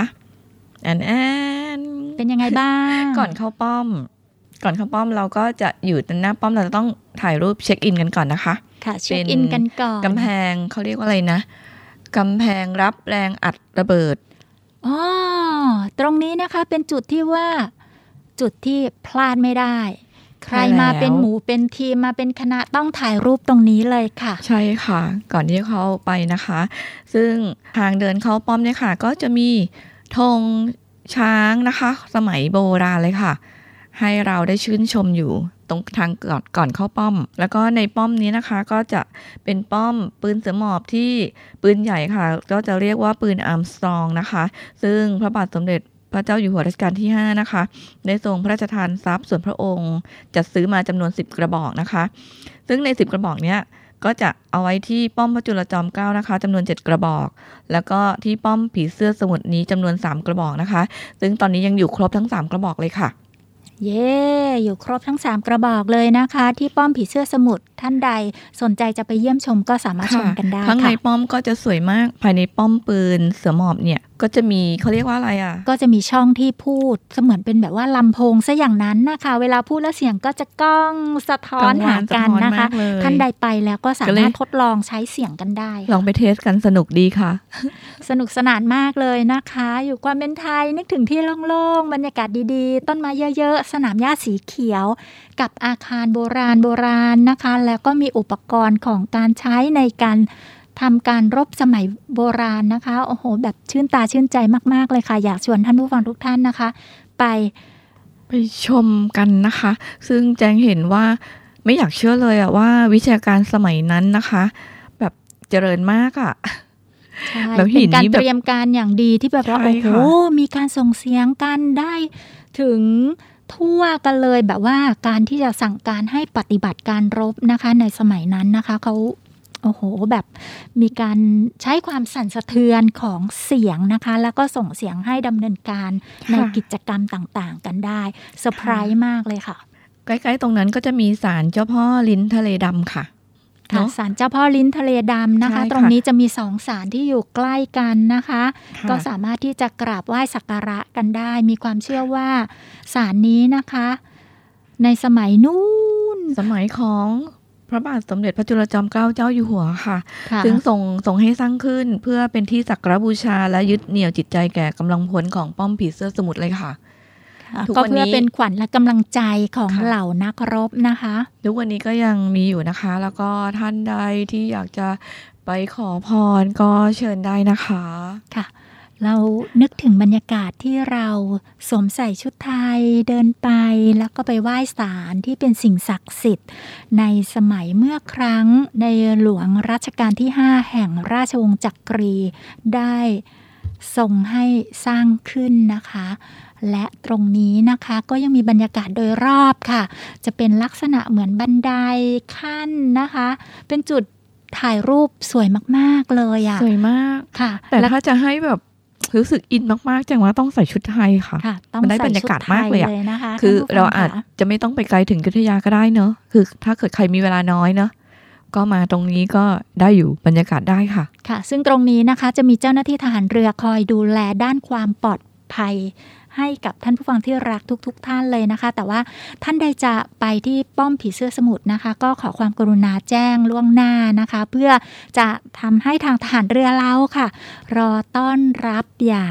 S3: เป็นยังไงบ้าง
S4: ก่อนเข้าป้อมเราก็จะอยู่หน้าป้อมเราจะต้องถ่ายรูปเช็คอินกันก่อนนะคะ
S3: ค่ะเช็คอินกันก่อน
S4: กำแพงเขาเรียกว่าอะไรนะกำแพงรับแรงอัดระเบิด
S3: ตรงนี้นะคะเป็นจุดที่ว่าจุดที่พลาดไม่ได้ใครมาเป็นหมู่เป็นทีมมาเป็นคณะต้องถ่ายรูปตรงนี้เลยค่ะ
S4: ใช่ค่ะก่อนที่จะเข้าไปนะคะซึ่งทางเดินเข้าป้อมเนี่ยค่ะก็จะมีธงช้างนะคะสมัยโบราณเลยค่ะให้เราได้ชื่นชมอยู่ตรงทางก่อนเข้าป้อมแล้วก็ในป้อมนี้นะคะก็จะเป็นป้อมปืนเสือหมอบที่ปืนใหญ่ค่ะก็จะเรียกว่าปืนอาร์มสตรองนะคะซึ่งพระบาทสมเด็จพระเจ้าอยู่หัวรัชกาลที่5นะคะได้ทรงพระราชทานทรัพย์ส่วนพระองค์จัดซื้อมาจำนวน10กระบอกนะคะซึ่งใน10กระบอกเนี้ยก็จะเอาไว้ที่ป้อมพระจุลจอมเกล้านะคะจำนวน7กระบอกแล้วก็ที่ป้อมผีเสื้อสมุทรนี้จำนวน3กระบอกนะคะซึ่งตอนนี้ยังอยู่ครบทั้ง3กระบอกเลยค่ะ
S3: เย้อยู่ครบทั้ง3กระบอกเลยนะคะที่ป้อมผีเสื้อสมุทรท่านใดสนใจจะไปเยี่ยมชมก็สามารถชมกันได้
S4: ค่ะข้างในป้อมก็จะสวยมากภายในป้อมปืนเสือหมอบเนี่ยก็จะมีเขาเรียกว่าอะไรอ่ะ
S3: ก็จะมีช่องที่พูดเสมือนเป็นแบบว่าลำโพงซะอย่างนั้นนะคะเวลาพูดแล้วเสียงก็จะก้องสะท้อนหากันนะคะท่านใดไปแล้วก็สามารถทดลองใช้เสียงกันได้
S4: ลองไปเทสกันสนุกดีค่ะ
S3: สนุกสนานมากเลยนะคะอยู่ความเป็นไทยนึกถึงที่โล่งๆบรรยากาศดีๆต้นไม้เยอะๆสนามหญ้าสีเขียวกับอาคารโบราณนะคะแล้วก็มีอุปกรณ์ของการใช้ในการทำการรบสมัยโบราณนะคะโอ้โหแบบชื่นตาชื่นใจมากๆเลยค่ะอยากชวนท่านผู้ฟังทุกท่านนะคะไป
S4: ชมกันนะคะซึ่งแจงเห็นว่าไม่อยากเชื่อเลยอะว่าวิชาการสมัยนั้นนะคะแบบเจริญมากอะ
S3: แบบเป็นการเตรียมการอย่างดีที่แบบว่าโอ้โหมีการส่งเสียงกันได้ถึงทั่วกันเลยแบบว่าการที่จะสั่งการให้ปฏิบัติการรบนะคะในสมัยนั้นนะคะเขาโอ้โหแบบมีการใช้ความสั่นสะเทือนของเสียงนะคะแล้วก็ส่งเสียงให้ดำเนินการในกิจกรรมต่างๆกันได้เซอร์ไพรส์มากเลยค่ะ
S4: ใกล้ๆตรงนั้นก็จะมีศาลเจ้าพ่อลิ้นทะเลดำค่ะ
S3: ศาลเจ้าพ่อลิ้นทะเลดำนะคะตรงนี้จะมี2ศาลที่อยู่ใกล้กันนะคะก็สามารถที่จะกราบไหว้สักการะกันได้มีความเชื่อว่าศาลนี้นะคะในสมัยนู้น
S4: สมัยของพระบาทสมเด็จพระจุลจอมเกล้าเจ้าอยู่หัวค่ะซึ่งทรงให้สร้างขึ้นเพื่อเป็นที่สักการบูชาและยึดเหนี่ยวจิตใจแก่กำลังพลของป้อมผีเสื้อสมุทรเลยค่ะ
S3: ก็เพื่อเป็นขวัญและกำลังใจของเหล่านักรบนะคะ
S4: ทุกวันนี้ก็ยังมีอยู่นะคะแล้วก็ท่านใดที่อยากจะไปขอพรก็เชิญได้นะคะ
S3: ค่ะเรานึกถึงบรรยากาศที่เราสวมใส่ชุดไทยเดินไปแล้วก็ไปไหว้ศาลที่เป็นสิ่งศักดิ์สิทธิ์ในสมัยเมื่อครั้งในหลวงรัชกาลที่5แห่งราชวงศ์จักรีได้ทรงให้สร้างขึ้นนะคะและตรงนี้นะคะก็ยังมีบรรยากาศโดยรอบค่ะจะเป็นลักษณะเหมือนบันไดขั้นนะคะเป็นจุดถ่ายรูปสวยมากๆเลยอ่ะ
S4: สวยมาก
S3: ค่ะ
S4: แต่ถ้าจะให้แบบรู้สึกอินมากๆจังว่าต้องใส่ชุดไทยค่ะ
S3: มัน
S4: ได้บรรยากาศมากเลยอ่ะคือเราอาจจะไม่ต้องไปไกลถึงอยุธยาก็ได้เนอะคือถ้าเกิดใครมีเวลาน้อยเนอะก็มาตรงนี้ก็ได้อยู่บรรยากาศได้ค่ะ
S3: ค่ะซึ่งตรงนี้นะคะจะมีเจ้าหน้าที่ทหารเรือคอยดูแลด้านความปลอดภัยให้กับท่านผู้ฟังที่รักทุกท่านเลยนะคะแต่ว่าท่านใดจะไปที่ป้อมผีเสื้อสมุทรนะคะก็ขอความกรุณาแจ้งล่วงหน้านะคะเพื่อจะทำให้ทางทหารเรือเราค่ะรอต้อนรับอย่าง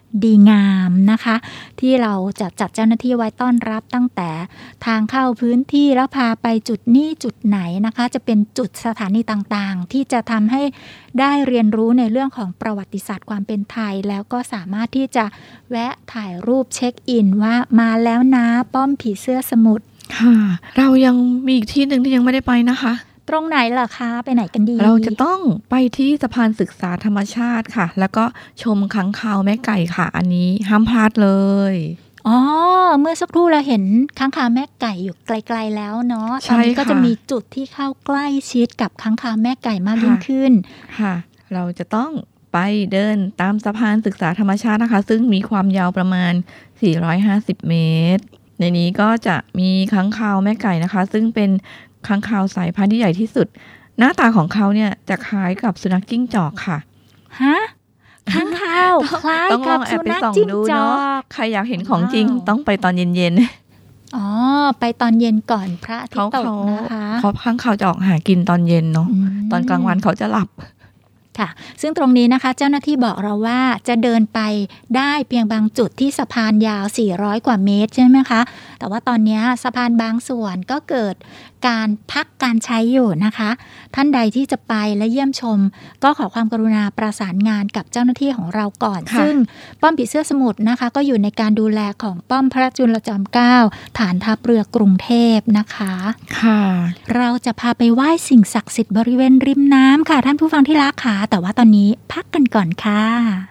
S3: ดีงามนะคะที่เราจะจัดเจ้าหน้าที่ไว้ต้อนรับตั้งแต่ทางเข้าพื้นที่แล้วพาไปจุดนี้จุดไหนนะคะจะเป็นจุดสถานีต่างๆที่จะทำให้ได้เรียนรู้ในเรื่องของประวัติศาสตร์ความเป็นไทยแล้วก็สามารถที่จะแวะถ่ายรูปเช็คอินว่ามาแล้วนะป้อมผีเสื้อสมุทร
S4: ค่ะเรายังมีอีกที่หนึ่งที่ยังไม่ได้ไปนะคะ
S3: ตรงไหนล่ะคะไปไหนกันดี
S4: เราจะต้องไปที่สะพานศึกษาธรรมชาติค่ะแล้วก็ชมค้างคาวแม่ไก่ค่ะอันนี้ห้ามพลาดเลย
S3: อ๋อเมื่อสักครู่เราเห็นค้างคาวแม่ไก่อยู่ไกลๆแล้วเนาะตอนนี้ก็จะมีจุดที่เข้าใกล้ชิดกับค้างคาวแม่ไก่มากยิ่งขึ้น
S4: ค่ะเราจะต้องไปเดินตามสะพานศึกษาธรรมชาตินะคะซึ่งมีความยาวประมาณ450เมตรในนี้ก็จะมีค้างคาวแม่ไก่นะคะซึ่งเป็นค้างคาวสายพันธุ์ที่ใหญ่ที่สุดหน้าตาของเขาเนี่ยจะคล้ายกับสุนัขจิ้งจอกค่ะ
S3: ฮะค้างคาวคล้ายกับสุนัขจิ้งจอก
S4: ใครอยากเห็นของจริงต้องไปตอนเย็น
S3: ๆอ๋อไปตอนเย็นก่อนพระอาทิตย์ตกนะคะ
S4: เพราะค้างคาวจะออกหากินตอนเย็นเนาะตอนกลางวันเขาจะหลับ
S3: ค่ะซึ่งตรงนี้นะคะเจ้าหน้าที่บอกเราว่าจะเดินไปได้เพียงบางจุดที่สะพานยาว400กว่าเมตรใช่ไหมคะแต่ว่าตอนนี้สะพานบางส่วนก็เกิดการพักการใช้อยู่นะคะท่านใดที่จะไปและเยี่ยมชมก็ขอความกรุณาประสานงานกับเจ้าหน้าที่ของเราก่อนซึ่งป้อมผีเสื้อสมุทรนะคะก็อยู่ในการดูแลของป้อมพระจุลจอมเกล้าฐานทัพเรือกรุงเทพนะคะ
S4: ค่ะ
S3: เราจะพาไปไหว้สิ่งศักดิ์สิทธิ์บริเวณริมน้ำค่ะท่านผู้ฟังที่รักค่ะแต่ว่าตอนนี้พักกันก่อนค่ะ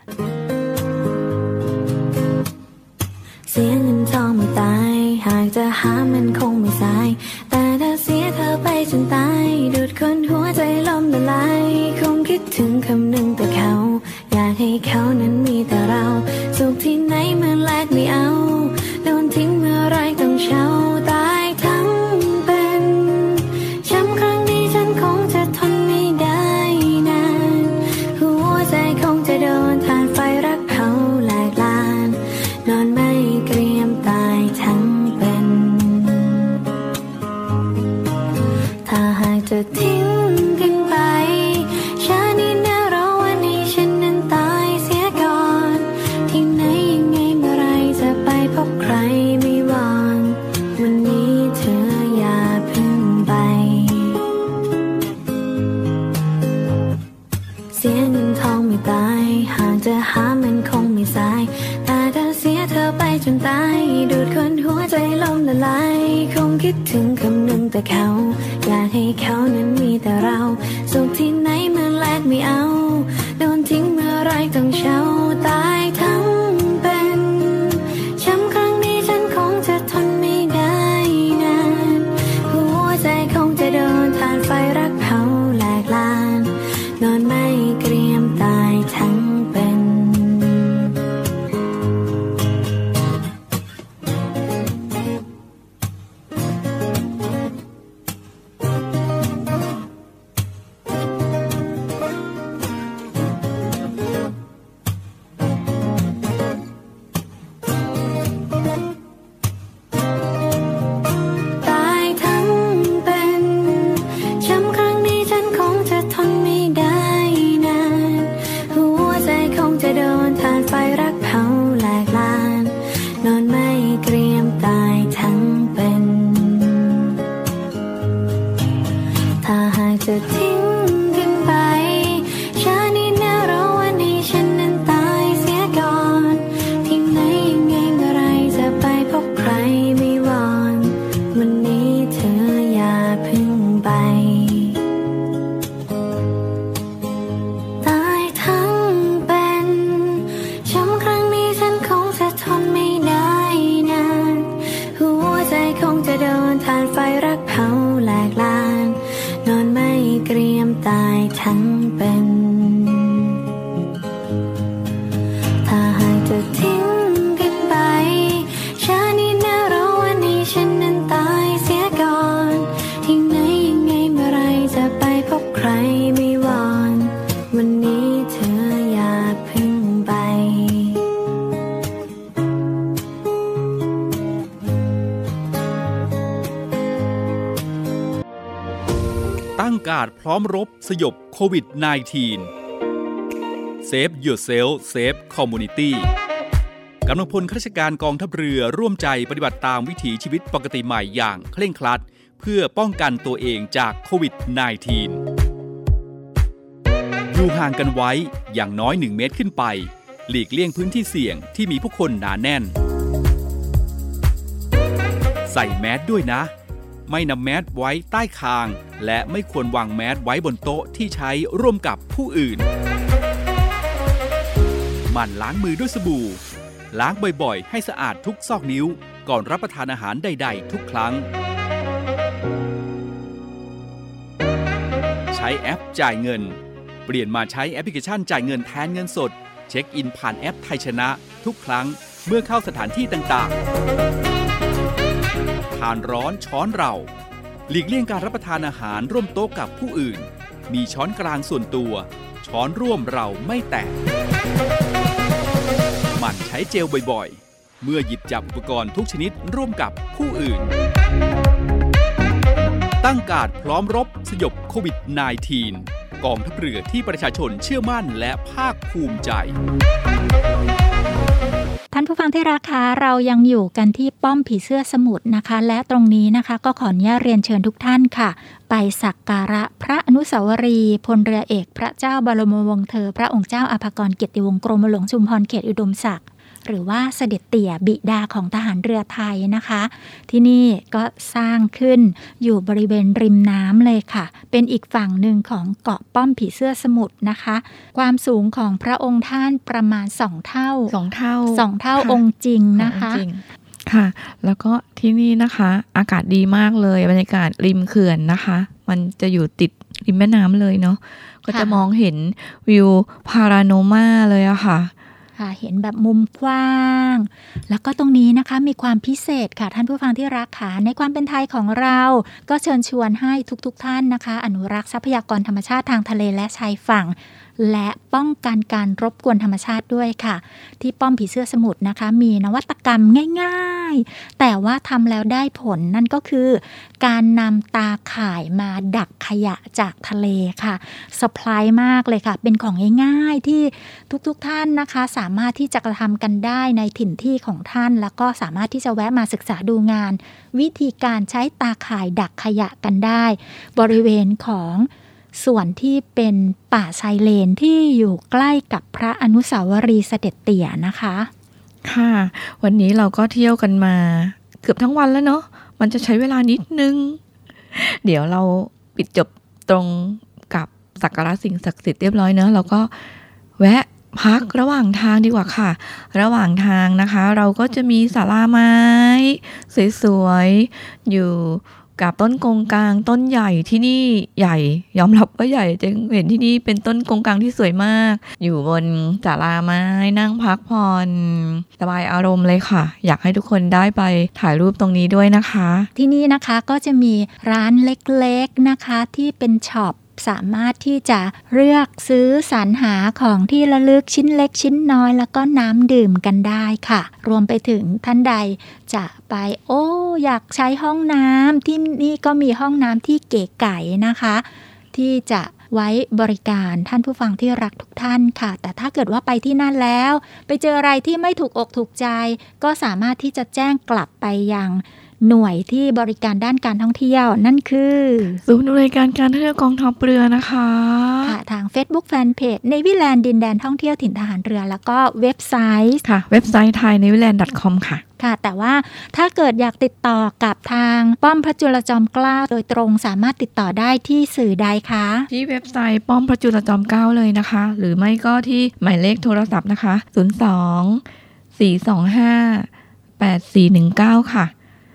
S6: เสียเงินทองไม่ตายหากจะหามันคงไม่สายแต่ถ้าเสียเธอไปจนตายดูดคนหัวใจล้มละลายคงคิดถึงคำหนึ่งแต่เขาอยากให้เขานั้นมีแต่เราสุขที่ไหนเมื่อแลกไม่เอาโดนทิ้งเมื่อไรต้องเช่าตายทั้งเป็นช้ำครั้งนี้ฉันคงจะทนไม่ได้นานหัวใจคงจะโดนทานไฟรักเผาแหลกลานนอนไม่เกรียมตายทั้งเป็นถ้าหากจะทิ้งกันไปชาตินี้นะรอวันนี้ฉันนั้นตายเสียก่อนที่ไหนยังไงเมื่อไรจะไปพบใครไม่หวังวันนี้เธออย่าเพิ่งไปเสียเงินทองไม่ตายหากจะหามันคงไม่สายแต่ถ้าเสียเธอไปจนตายดูดคนหัวใจล้มละลายคงคิดถึงคำหนึ่งแต่เขาอยากให้เขานั้นมีแต่เราสุขที่ไหนเมื่อแลกไม่เอาโดนทิ้งเมื่อไรต้องเช่าตายทั้งเป็นช้ำครั้งนี้ฉันคงจะทนไม่ได้นานหัวใจคงจะโดนทานไฟรักเผาแหลกลานนอนไม่เกรียมตายทั้งเป็นจะทิ้งกันไปชาตินี้นะรอวันนี้ฉันนั้นตายเสียก่อนที่ไหนยังไงเมื่อไรจะไปพบใครไม่หวังวันนี้เธออย่าเพิ่งไปตายทั้งเป็นช้ำครั้งนี้ฉันคงจะทนไม่ได้นานหัวใจคงจะโดนทานไฟรักเผาแหลกลานนอนไม่เกรียมตายทั้งเป็นถ้าหากจะทิ้งกันไปชาตินี้นะรอวันนี้ฉันนั้นตายเสียก่อนที่ไหนยังไงเมื่อไรจะไปพบใครไม่หวังวันนี้เธออย่าเพิ่งไป
S1: ตั้งการ์ดพร้อมรบสยบโควิด -19 Save Yourself Save Community กำลังพลข้าราชการกองทัพเรือร่วมใจปฏิบัติตามวิถีชีวิตปกติใหม่อย่างเคร่งครัดเพื่อป้องกันตัวเองจากโควิด -19 อยู่ห่างกันไว้อย่างน้อย1 เมตรขึ้นไปหลีกเลี่ยงพื้นที่เสี่ยงที่มีผู้คนหนาแน่นใส่แมสด้วยนะไม่นำแมสไว้ใต้คางและไม่ควรวางแมสไว้บนโต๊ะที่ใช้ร่วมกับผู้อื่นหมั่นล้างมือด้วยสบู่ล้างบ่อยๆให้สะอาดทุกซอกนิ้วก่อนรับประทานอาหารใดๆทุกครั้งใช้แอปจ่ายเงินเปลี่ยนมาใช้แอปพลิเคชันจ่ายเงินแทนเงินสดเช็คอินผ่านแอปไทยชนะทุกครั้งเมื่อเข้าสถานที่ต่างๆทานร้อนช้อนเราหลีกเลี่ยงการรับประทานอาหารร่วมโต๊ะกับผู้อื่นมีช้อนกลางส่วนตัวช้อนร่วมเราไม่แตะหมั่นใช้เจลบ่อยๆเมื่อหยิบจับอุปกรณ์ทุกชนิดร่วมกับผู้อื่นตั้งการ์ดพร้อมรบสยบโควิด -19 กองทัพเรือที่ประชาชนเชื่อมั่นและภาคภูมิใจ
S3: ท่านผู้ฟังที่รักคะเรายังอยู่กันที่ป้อมผีเสื้อสมุทรนะคะและตรงนี้นะคะก็ขออนุญาตเรียนเชิญทุกท่านค่ะไปสักการะพระอนุสาวรีย์พลเรือเอกพระเจ้าบรมวงศ์เธอพระองค์เจ้าอภากรเกียรติวงศ์กรมหลวงชุมพรเขตอุดมศักดิ์หรือว่าเสด็จเตี่ยบิดาของทหารเรือไทยนะคะที่นี่ก็สร้างขึ้นอยู่บริเวณริมน้ำเลยค่ะเป็นอีกฝั่งหนึ่งของเกาะป้อมผีเสื้อสมุทรนะคะความสูงของพระองค์ท่านประมาณ2 เท่าองค์จริงนะคะ
S4: ค่ะแล้วก็ที่นี่นะคะอากาศดีมากเลยบรรยากาศริมเขื่อนนะคะมันจะอยู่ติดริมแม่น้ำเลยเนาะก็จะมองเห็นวิวพาราโนมาเลยอะค่ะ
S3: เห็นแบบมุมกว้างแล้วก็ตรงนี้นะคะมีความพิเศษค่ะท่านผู้ฟังที่รักค่ะในความเป็นไทยของเราก็เชิญชวนให้ทุกท่านนะคะอนุรักษ์ทรัพยากรธรรมชาติทางทะเลและชายฝั่งและป้องกันการรบกวนธรรมชาติด้วยค่ะที่ป้อมผีเสื้อสมุทรนะคะมีนวัตกรรมง่ายๆแต่ว่าทำแล้วได้ผลนั่นก็คือการนำตาข่ายมาดักขยะจากทะเลค่ะสปายมากเลยค่ะเป็นของง่ายๆที่ทุกท่านนะคะสามารถที่จะกระทำกันได้ในถิ่นที่ของท่านแล้วก็สามารถที่จะแวะมาศึกษาดูงานวิธีการใช้ตาข่ายดักขยะกันได้บริเวณของส่วนที่เป็นป่าชายเลนที่อยู่ใกล้กับพระอนุสาวรีย์เสด็จเตี่ยนะคะ
S4: ค่ะวันนี้เราก็เที่ยวกันมาเกือบทั้งวันแล้วเนาะมันจะใช้เวลานิดนึงเดี๋ยวเราปิดจบตรงกับสักการะสิ่งศักดิ์สิทธิ์เรียบร้อยเนาะเราก็แวะพักระหว่างทางดีกว่าค่ะระหว่างทางนะคะเราก็จะมีศาลาไม้สวยๆอยู่กับต้นกงกลางต้นใหญ่ที่นี่ใหญ่ยอมรับว่าใหญ่จึงเห็นที่นี่เป็นต้นกงกลางที่สวยมากอยู่บนศาลาไม้นั่งพักผ่อนสบายอารมณ์เลยค่ะอยากให้ทุกคนได้ไปถ่ายรูปตรงนี้ด้วยนะคะ
S3: ที่นี่นะคะก็จะมีร้านเล็กๆนะคะที่เป็นช็อปสามารถที่จะเลือกซื้อสรรหาของที่ระลึกชิ้นเล็กชิ้นน้อยแล้วก็น้ำดื่มกันได้ค่ะรวมไปถึงท่านใดจะไปอยากใช้ห้องน้ำที่นี่ก็มีห้องน้ำที่เก๋ไก๋นะคะที่จะไว้บริการท่านผู้ฟังที่รักทุกท่านค่ะแต่ถ้าเกิดว่าไปที่นั่นแล้วไปเจออะไรที่ไม่ถูกอกถูกใจก็สามารถที่จะแจ้งกลับไปยังหน่วยที่บริการด้านการท่องเที่ยวนั่นคือ
S4: ศูนย์บริการการท่องเที่ยวกองทัพเรือนะคะ
S3: ค่ะทาง Facebook Fanpage Navyland ดินแดนท่องเที่ยวถิ่นทหารเรือแล้วก็เว็บไซต์
S4: ค่ะเว็บไซต์ thaiNavyland.com ค่ะ
S3: ค่ะแต่ว่าถ้าเกิดอยากติดต่อกับทางป้อมพระจุลจอมเกล้าโดยตรงสามารถติดต่อได้ที่สื่อใดคะ
S4: ที่เว็บไซต์ป้อมพระจุลจอมเกล้าเลยนะคะหรือไม่ก็ที่หมายเลขโทรศัพท์นะคะ02-425-8419 ค่ะ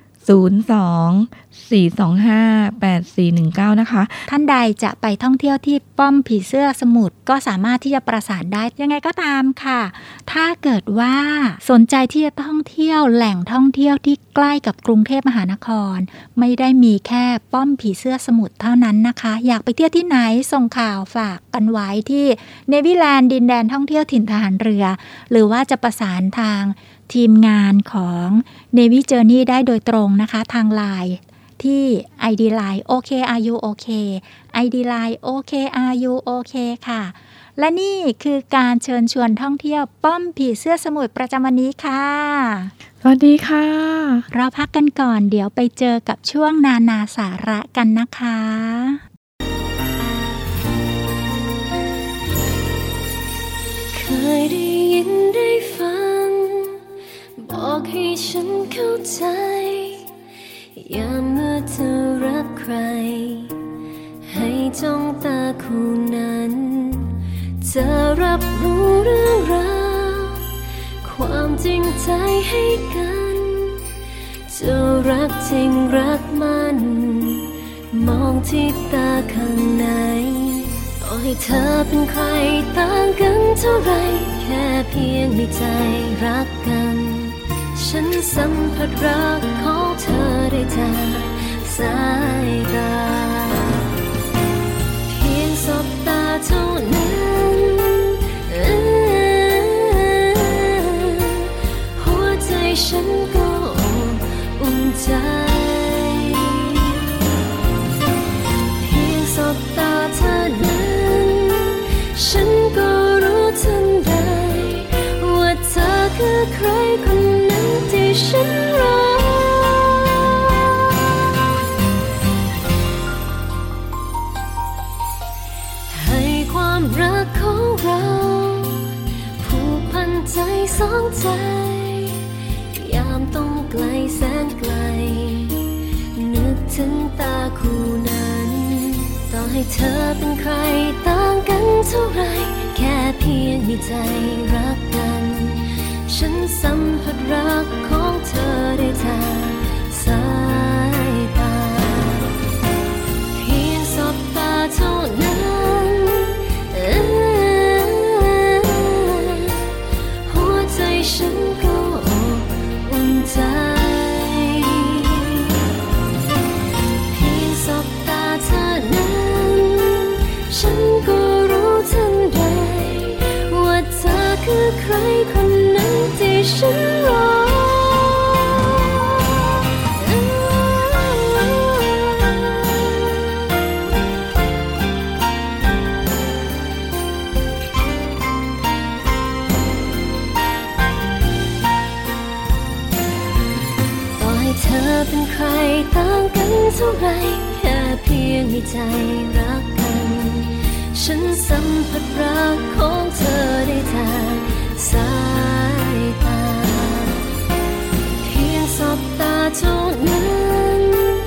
S4: 02-425-8419 นะคะ
S3: ท่านใดจะไปท่องเที่ยวที่ป้อมผีเสื้อสมุทรก็สามารถที่จะประสานได้ยังไงก็ตามค่ะถ้าเกิดว่าสนใจที่จะท่องเที่ยวแหล่งท่องเที่ยวที่ใกล้กับกรุงเทพมหานครไม่ได้มีแค่ป้อมผีเสื้อสมุทรเท่านั้นนะคะอยากไปเที่ยวที่ไหนส่งข่าวฝากกันไว้ที่ Navyland ดินแดนท่องเที่ยวถิ่นทหารเรือหรือว่าจะประสานทางทีมงานของ Navy Journey ได้โดยตรงนะคะทาง LINE ที่ ID Line OK Are You OK ID Line OK Are You OK ค่ะและนี่คือการเชิญชวนท่องเที่ยวป้อมผีเสื้อสมุทรประจำวันนี้ค่ะ
S4: สวัสดีค่ะ
S3: เราพักกันก่อนเดี๋ยวไปเจอกับช่วงนานาสาระกันนะคะ
S6: เคยได้ยินได้ฟังบอกให้ฉันเข้าใจอย่าเมื่อเธอรักใครให้จ้องตาคู่นั้นจะรับรู้เรื่องราวความจริงใจให้กันจะรักจริงรักมันมองที่ตาข้างในต่อให้เธอเป็นใครต่างกันเท่าไรแค่เพียงมีใจรักกันฉันสัมผัสรักของเธอได้จากสายตาเพียงสบตาเท่านั้นหัวใจฉันก็อุ่นใจเพียงสบตาเท่านั้นฉันก็รู้ทันใดว่าเธอคือใครคนนั้นที่ฉันรักให้ความรักของเราผูกพันใจสองใจยามต้องไกลแสนไกลนึกถึงตาคู่นั้นต่อให้เธอเป็นใครต่างกันเท่าไรแค่เพียงมีใจรักกันฉันสัมผัสรักของเธอได้จากสายตาเพียงสบตาเท่านั้นหัวใจฉันก็อุ่นใจเพียงสบตาเท่านั้นฉันก็รู้ทันใดว่าเธอคือใครคนนั้นที่ฉันรอต่อให้เธอเป็นใครต่างกันเท่าไรแค่เพียงมีใจรักกันฉันสัมผัสรักของเธอได้จากสายตาเพียงสบตาเท่านั้น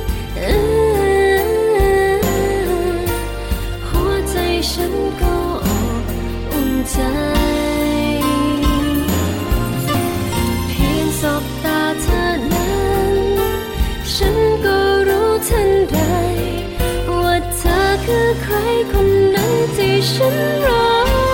S6: หัวใจฉันก็อุ่นใจเพียงสบตาเท่านั้นฉันก็รู้ทันใดว่าเธอคือใครคนนั้นที่ฉันรอ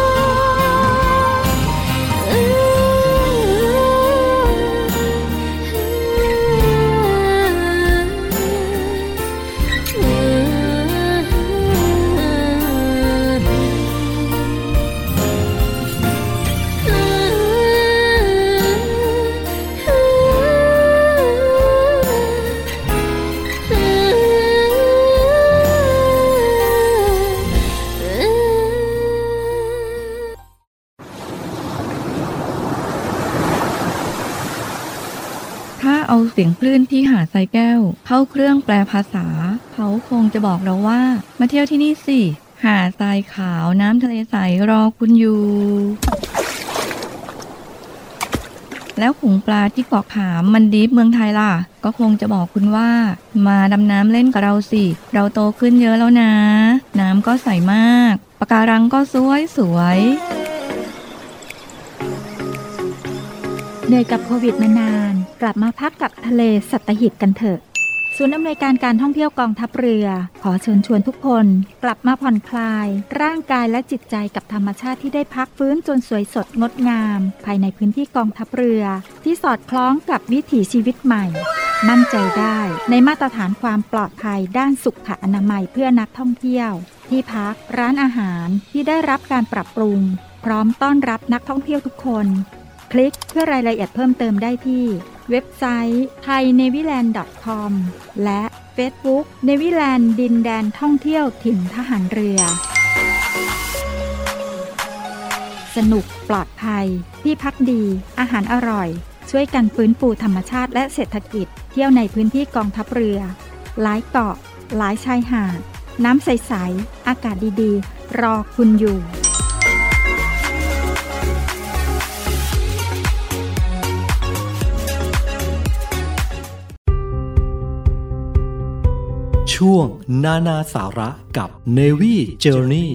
S4: เอาเสียงคลื่นที่หาดทรายแก้วเข้าเครื่องแปลภาษาเขาคงจะบอกเราว่ามาเที่ยวที่นี่สิหาดทรายขาวน้ำทะเลใสรอคุณอยู่แล้วขุงปลาที่เกาะขามมันดีฟเมืองไทยล่ะก็คงจะบอกคุณว่ามาดำน้ำเล่นกับเราสิเราโตขึ้นเยอะแล้วนะน้ำก็ใสมากปะการังก็สวย
S3: เหนื่อยกับโควิดมานานกลับมาพักกับทะเลสัตหีบกันเถอะศูนย์อำนวยการการท่องเที่ยวกองทัพเรือขอเชิญชวนทุกคนกลับมาผ่อนคลายร่างกายและจิตใจกับธรรมชาติที่ได้พักฟื้นจนสวยสดงดงามภายในพื้นที่กองทัพเรือที่สอดคล้องกับวิถีชีวิตใหม่มั่นใจได้ในมาตรฐานความปลอดภัยด้านสุขอนามัยเพื่อนักท่องเที่ยวที่พักร้านอาหารที่ได้รับการปรับปรุงพร้อมต้อนรับนักท่องเที่ยวทุกคนคลิกเพื่อรายละเอียดเพิ่มเติมได้ที่เว็บไซต์ thainewiland.com และ Facebook Navyland ดินแดนท่องเที่ยวถิ่นทหารเรือสนุกปลอดภัยที่พักดีอาหารอร่อยช่วยกันฟื้นฟูธรรมชาติและเศรษฐกิจเที่ยวในพื้นที่กองทัพเรือหลายเกาะหลายชายหาดน้ำใสๆอากาศดีๆรอคุณอยู่
S2: ช่วงนานาสาระกับ Navy Journey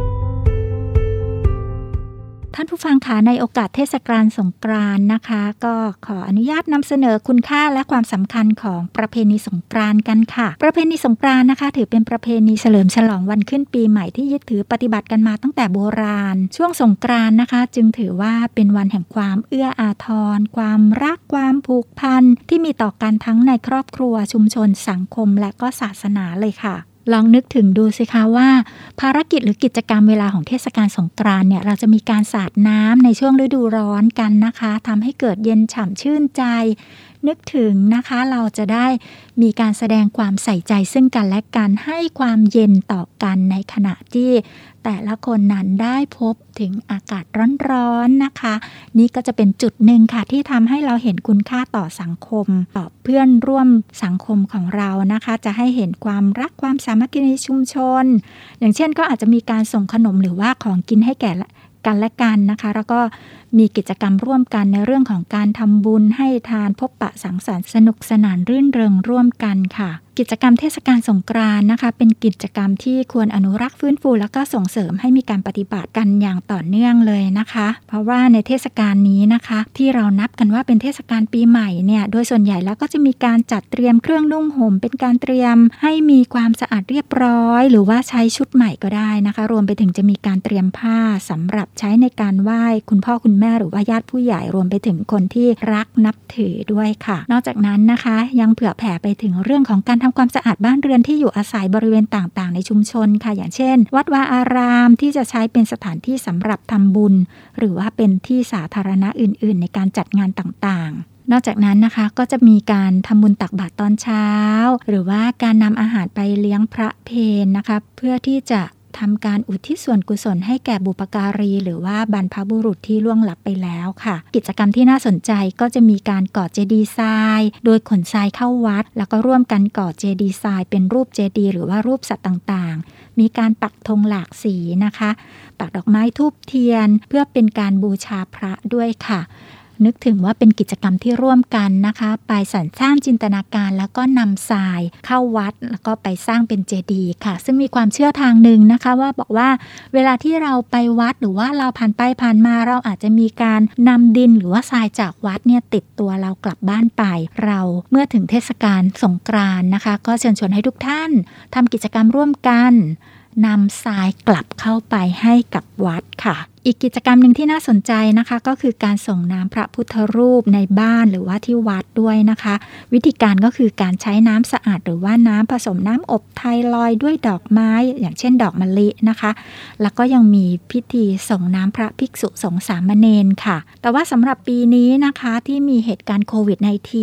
S3: ท่านผู้ฟังคะในโอกาสเทศกาลสงกรานต์นะคะก็ขออนุญาตนำเสนอคุณค่าและความสำคัญของประเพณีสงกรานต์กันค่ะประเพณีสงกรานต์นะคะถือเป็นประเพณีเฉลิมฉลองวันขึ้นปีใหม่ที่ยึดถือปฏิบัติกันมาตั้งแต่โบราณช่วงสงกรานต์นะคะจึงถือว่าเป็นวันแห่งความเอื้ออาทรความรักความผูกพันที่มีต่อกันทั้งในครอบครัวชุมชนสังคมและก็ศาสนาเลยค่ะลองนึกถึงดูสิคะว่าภารกิจหรือกิจกรรมเวลาของเทศกาลสงกรานต์เนี่ยเราจะมีการสาดน้ำในช่วงฤดูร้อนกันนะคะทำให้เกิดเย็นฉ่ำชื่นใจนึกถึงนะคะเราจะได้มีการแสดงความใส่ใจซึ่งกันและกันให้ความเย็นต่อกันในขณะที่แต่ละคนนั้นได้พบถึงอากาศร้อนๆนะคะนี่ก็จะเป็นจุดหนึ่งค่ะที่ทำให้เราเห็นคุณค่าต่อสังคมต่อเพื่อนร่วมสังคมของเรานะคะจะให้เห็นความรักความสามัคคีในชุมชนอย่างเช่นก็อาจจะมีการส่งขนมหรือว่าของกินให้แก่กันและกันนะคะแล้วก็มีกิจกรรมร่วมกันในเรื่องของการทำบุญให้ทานพบปะสังสรรค์สนุกสนานรื่นเริงร่วมกันค่ะกิจกรรมเทศกาลสงกรานต์นะคะเป็นกิจกรรมที่ควรอนุรักษ์ฟื้นฟูแล้วก็ส่งเสริมให้มีการปฏิบัติกันอย่างต่อเนื่องเลยนะคะเพราะว่าในเทศกาลนี้นะคะที่เรานับกันว่าเป็นเทศกาลปีใหม่เนี่ยโดยส่วนใหญ่แล้วก็จะมีการจัดเตรียมเครื่องนุ่งห่มเป็นการเตรียมให้มีความสะอาดเรียบร้อยหรือว่าใช้ชุดใหม่ก็ได้นะคะรวมไปถึงจะมีการเตรียมผ้าสำหรับใช้ในการไหว้คุณพ่อคุณแม่หรือว่าญาติผู้ใหญ่รวมไปถึงคนที่รักนับถือด้วยค่ะนอกจากนั้นนะคะยังเผื่อแผ่ไปถึงเรื่องของการทำความสะอาดบ้านเรือนที่อยู่อาศัยบริเวณต่างๆในชุมชนค่ะอย่างเช่นวัดวาอารามที่จะใช้เป็นสถานที่สำหรับทำบุญหรือว่าเป็นที่สาธารณะอื่นๆในการจัดงานต่างๆนอกจากนั้นนะคะก็จะมีการทำบุญตักบาตรตอนเช้าหรือว่าการนำอาหารไปเลี้ยงพระเพลนะคะเพื่อที่จะทำการอุทิศส่วนกุศลให้แก่บุพการีหรือว่าบรรพบุรุษที่ล่วงลับไปแล้วค่ะกิจกรรมที่น่าสนใจก็จะมีการก่อเจดีย์ทรายโดยขนทรายเข้าวัดแล้วก็ร่วมกันก่อเจดีย์ทรายเป็นรูปเจดีย์หรือว่ารูปสัตว์ต่างๆมีการปักธงหลากสีนะคะปักดอกไม้ธูปเทียนเพื่อเป็นการบูชาพระด้วยค่ะนึกถึงว่าเป็นกิจกรรมที่ร่วมกันนะคะไปสรรสร้างจินตนาการแล้วก็นำทรายเข้าวัดแล้วก็ไปสร้างเป็นเจดีย์ค่ะซึ่งมีความเชื่อทางหนึ่งนะคะว่าบอกว่าเวลาที่เราไปวัดหรือว่าเราผ่านไปผ่านมาเราอาจจะมีการนำดินหรือว่าทรายจากวัดเนี่ยติดตัวเรากลับบ้านไปเราเมื่อถึงเทศกาลสงกรานต์นะคะก็เชิญชวนให้ทุกท่านทำกิจกรรมร่วมกันนำทรายกลับเข้าไปให้กับวัดค่ะอีกกิจกรรมหนึ่งที่น่าสนใจนะคะก็คือการส่งน้ำพระพุทธรูปในบ้านหรือว่าที่วัดด้วยนะคะวิธีการก็คือการใช้น้ำสะอาดหรือว่าน้ำผสมน้ำอบไทยลอยด้วยดอกไม้อย่างเช่นดอกมะลินะคะแล้วก็ยังมีพิธีส่งน้ำพระภิกษุสงฆ์สามเณรค่ะแต่ว่าสำหรับปีนี้นะคะที่มีเหตุการณ์โควิด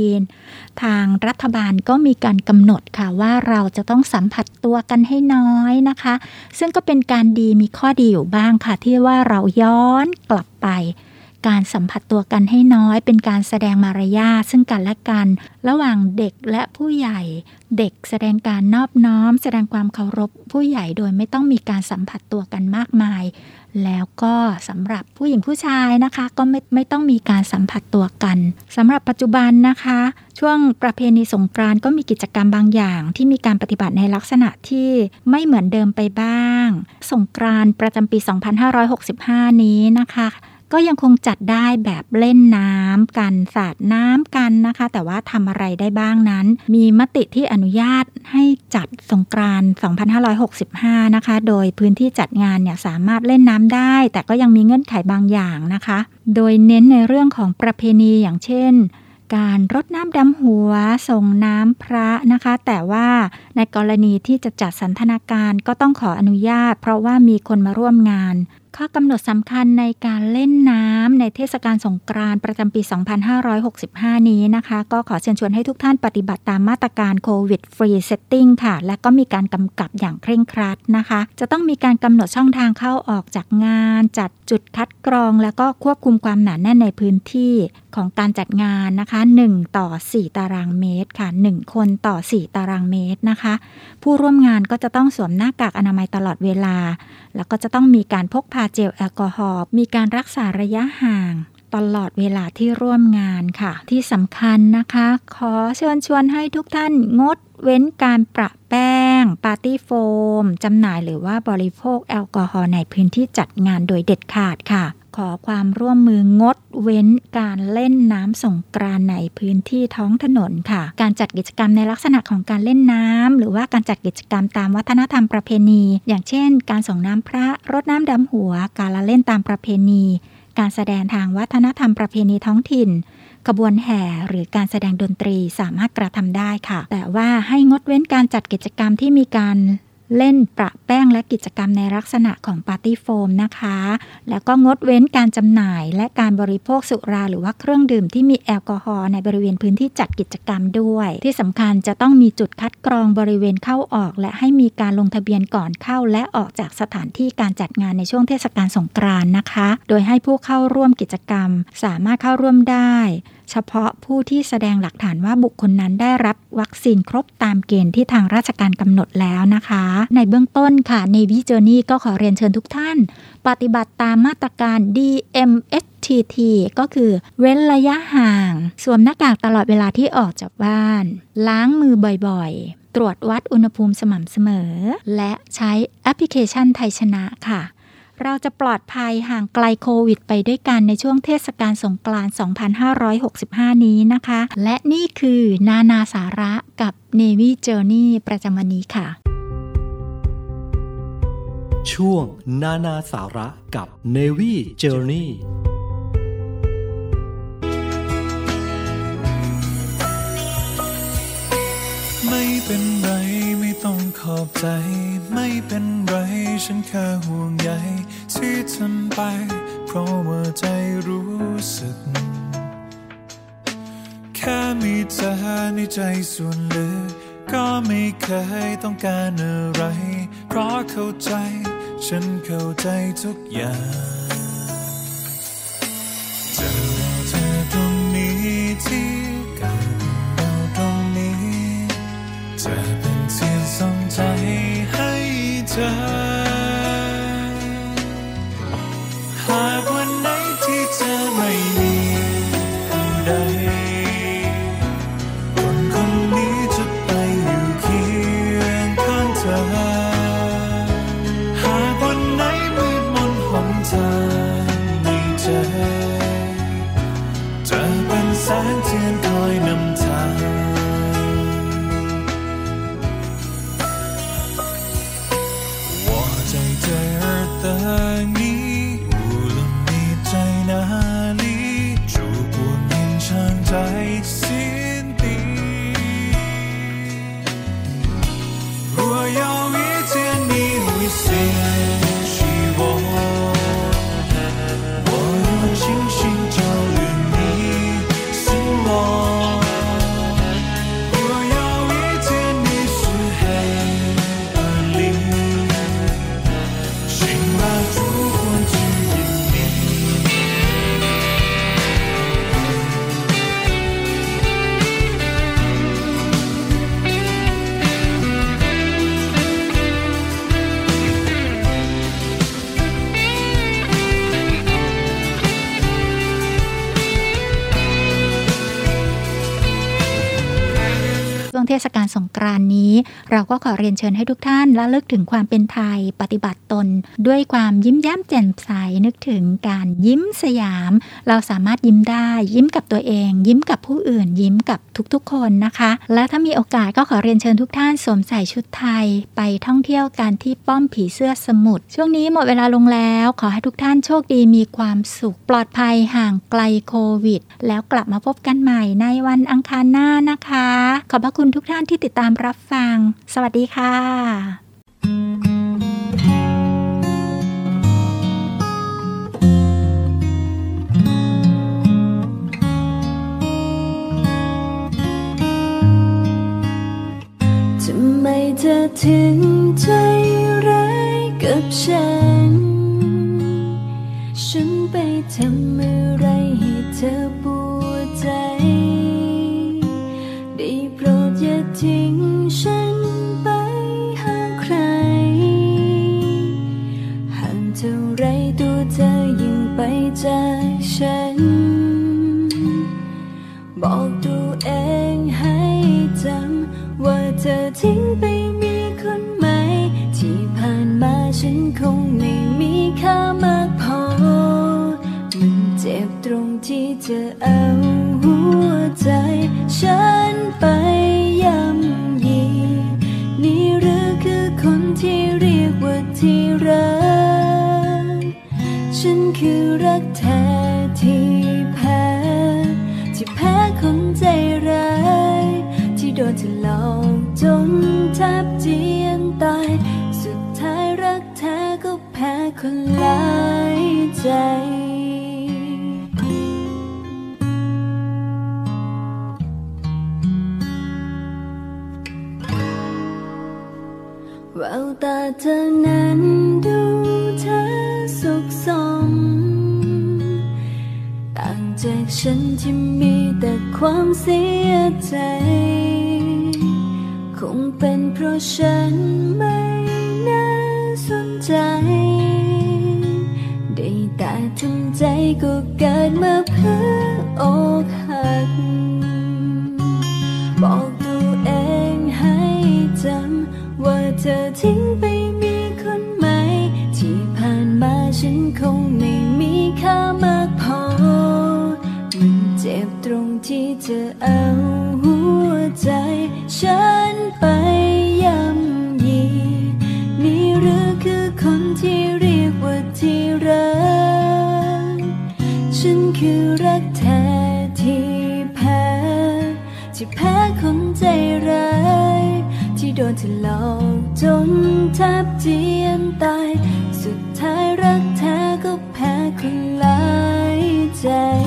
S3: -19 ทางรัฐบาลก็มีการกำหนดค่ะว่าเราจะต้องสัมผัสตัวกันให้น้อยนะคะซึ่งก็เป็นการดีมีข้อดีอยู่บ้างค่ะที่ว่าเราย้อนกลับไปการสัมผัสตัวกันให้น้อยเป็นการแสดงมารยาทซึ่งกันและกันระหว่างเด็กและผู้ใหญ่เด็กแสดงการนอบน้อมแสดงความเคารพผู้ใหญ่โดยไม่ต้องมีการสัมผัสตัวกันมากมายแล้วก็สำหรับผู้หญิงผู้ชายนะคะก็ไม่ต้องมีการสัมผัสตัวกันสำหรับปัจจุบันนะคะช่วงประเพณีสงกรานต์ก็มีกิจกรรมบางอย่างที่มีการปฏิบัติในลักษณะที่ไม่เหมือนเดิมไปบ้างสงกรานต์ประจำปี 2565 นี้นะคะก็ยังคงจัดได้แบบเล่นน้ำกันสาดน้ำกันนะคะแต่ว่าทำอะไรได้บ้างนั้นมีมติที่อนุญาตให้จัดสงกรานต์ 2565 นะคะโดยพื้นที่จัดงานเนี่ยสามารถเล่นน้ำได้แต่ก็ยังมีเงื่อนไขบางอย่างนะคะโดยเน้นในเรื่องของประเพณีอย่างเช่นการรดน้ำดำหัวส่งน้ำพระนะคะแต่ว่าในกรณีที่จะจัดสันทนาการก็ต้องขออนุญาตเพราะว่ามีคนมาร่วมงานข้อกำหนดสำคัญในการเล่นน้ำในเทศกาลสงกรานต์ประจำปี 2565 นี้นะคะก็ขอเชิญชวนให้ทุกท่านปฏิบัติตามมาตรการโควิดฟรีเซตติ้งค่ะและก็มีการกำกับอย่างเคร่งครัดนะคะจะต้องมีการกำหนดช่องทางเข้าออกจากงานจัดจุดคัดกรองแล้วก็ควบคุมความหนาแน่นในพื้นที่ของการจัดงานนะคะ1ต่อ4ตารางเมตรค่ะ1คนต่อ4ตารางเมตรนะคะผู้ร่วมงานก็จะต้องสวมหน้ากากอนามัยตลอดเวลาแล้วก็จะต้องมีการพกพาเจลแอลกอฮอล์มีการรักษาระยะห่างตลอดเวลาที่ร่วมงานค่ะที่สำคัญนะคะขอเชิญชวนให้ทุกท่านงดเว้นการประแป้งปาร์ตี้โฟมจำหน่ายหรือว่าบริโภคแอลกอฮอล์ในพื้นที่จัดงานโดยเด็ดขาดค่ะขอความร่วมมืองดเว้นการเล่นน้ำสงกรานต์ในพื้นที่ท้องถนนค่ะการจัดกิจกรรมในลักษณะของการเล่นน้ำหรือว่าการจัดกิจกรรมตามวัฒนธรรมประเพณีอย่างเช่นการส่งน้ำพระรดน้ำดำหัวการละเล่นตามประเพณีการแสดงทางวัฒนธรรมประเพณีท้องถิ่นขบวนแห่หรือการแสดงดนตรีสามารถกระทำได้ค่ะแต่ว่าให้งดเว้นการจัดกิจกรรมที่มีการเล่นประแป้งและกิจกรรมในลักษณะของปาร์ตี้โฟมนะคะแล้วก็งดเว้นการจำหน่ายและการบริโภคสุราหรือว่าเครื่องดื่มที่มีแอลกอฮอล์ในบริเวณพื้นที่จัดกิจกรรมด้วยที่สำคัญจะต้องมีจุดคัดกรองบริเวณเข้าออกและให้มีการลงทะเบียนก่อนเข้าและออกจากสถานที่การจัดงานในช่วงเทศกาลสงกรานต์นะคะโดยให้ผู้เข้าร่วมกิจกรรมสามารถเข้าร่วมได้เฉพาะผู้ที่แสดงหลักฐานว่าบุคคลนั้นได้รับวัคซีนครบตามเกณฑ์ที่ทางราชการกำหนดแล้วนะคะในเบื้องต้นค่ะ Navy Journey ก็ขอเรียนเชิญทุกท่านปฏิบัติตามมาตรการ DMSTT ก็คือเว้นระยะห่างสวมหน้ากากตลอดเวลาที่ออกจากบ้านล้างมือบ่อยๆตรวจวัดอุณหภูมิสม่ำเสมอและใช้แอปพลิเคชันไทยชนะค่ะเราจะปลอดภัยห่างไกลโควิดไปด้วยกันในช่วงเทศกาลสงกรานต์ 2565 นี้นะคะและนี่คือนานาสาระกับ Navy Journey ประจำวันนี้ค่ะ
S2: ช่วงนานาสาระกับ Navy Journey
S8: ไม่เป็นไรไม่ต้องขอบใจไม่เป็นไรฉันแค่ห่วงใยที่ทำไปเพราะว่าใจรู้สึกแค่มีเธอในใจส่วนลึกก็ไม่เคยต้องการอะไรเพราะเข้าใจฉันเข้าใจทุกอย่างเจอเธอตรงนี้ที่กับเราตรงนี้จะเป็นเสียงส่งใจให้เธอหากวันไหนที่เธอไม่มีผู้ใดคนคนนี้จะไปอยู่เคียงข้างเธอหากวันไหนมืดมนหนทางไม่เจอจะเป็นแสงเทียนคอยนำทาง在耳的你无论你在哪里烛光延长在心底若有一天你会想起我我用星星照亮你心窝若有一天你是黑暗里把烛光指引你
S3: ช่วงเทศกาลสงกรานต์นี้เราก็ขอเรียนเชิญให้ทุกท่านระลึกถึงความเป็นไทยปฏิบัติตนด้วยความยิ้มแย้มแจ่มใสนึกถึงการยิ้มสยามเราสามารถยิ้มได้ยิ้มกับตัวเองยิ้มกับผู้อื่นยิ้มกับทุกๆคนนะคะและถ้ามีโอกาสก็ขอเรียนเชิญทุกท่านสวมใส่ชุดไทยไปท่องเที่ยวกันที่ป้อมผีเสื้อสมุทรช่วงนี้หมดเวลาลงแล้วขอให้ทุกท่านโชคดีมีความสุขปลอดภัยห่างไกลโควิดแล้วกลับมาพบกันใหม่ในวันอังคารหน้านะคะขอบพระคุณทุกท่านที่ติดตามรับฟังสวัสดีค่ะ
S6: เธอถึงใจร้ายกับฉันไปทำอะไรให้เธอปวดใจได้โปรดอย่าทิ้งฉันไปหาใครห่างเท่าไรตัวเธอยิ่งไปจากฉันบอกตัวเองให้จำว่าเธอทิ้งไปมีคนใหม่ที่ผ่านมาฉันคงไม่มีค่ามากพอเจ็บตรงที่เธอเอาหัวใจฉันไปย่ำยีนี่หรือคือคนที่เรียกว่าที่รักฉันคือรักแท้ที่แพ้คนใจร้ายที่โดนเธอหลอกจนแทบเจียนตายสุดท้ายรักแท้ก็แพ้คนหลายใจแววตาเธอนั้นดูเธอสุขสมต่างจากฉันที่มีแต่ความเสียใจคงเป็นเพราะฉันไม่น่าสนใจได้แต่ทำใจก็เกิดมาเพื่ออกหักบอกตัวเองให้จำว่าเธอทิ้งไปมีคนใหม่ที่ผ่านมาฉันคงไม่มีค่ามากพอมันเจ็บตรงที่เธอเอาหัวใจฉันไปย่ำยีนี่หรือคือคนที่เรียกว่าที่รักฉันคือรักแท้ที่แพ้คนใจร้ายที่โดนเธอหลอกจนแทบเจียนตายสุดท้ายรักแท้ก็แพ้คนหลายใจ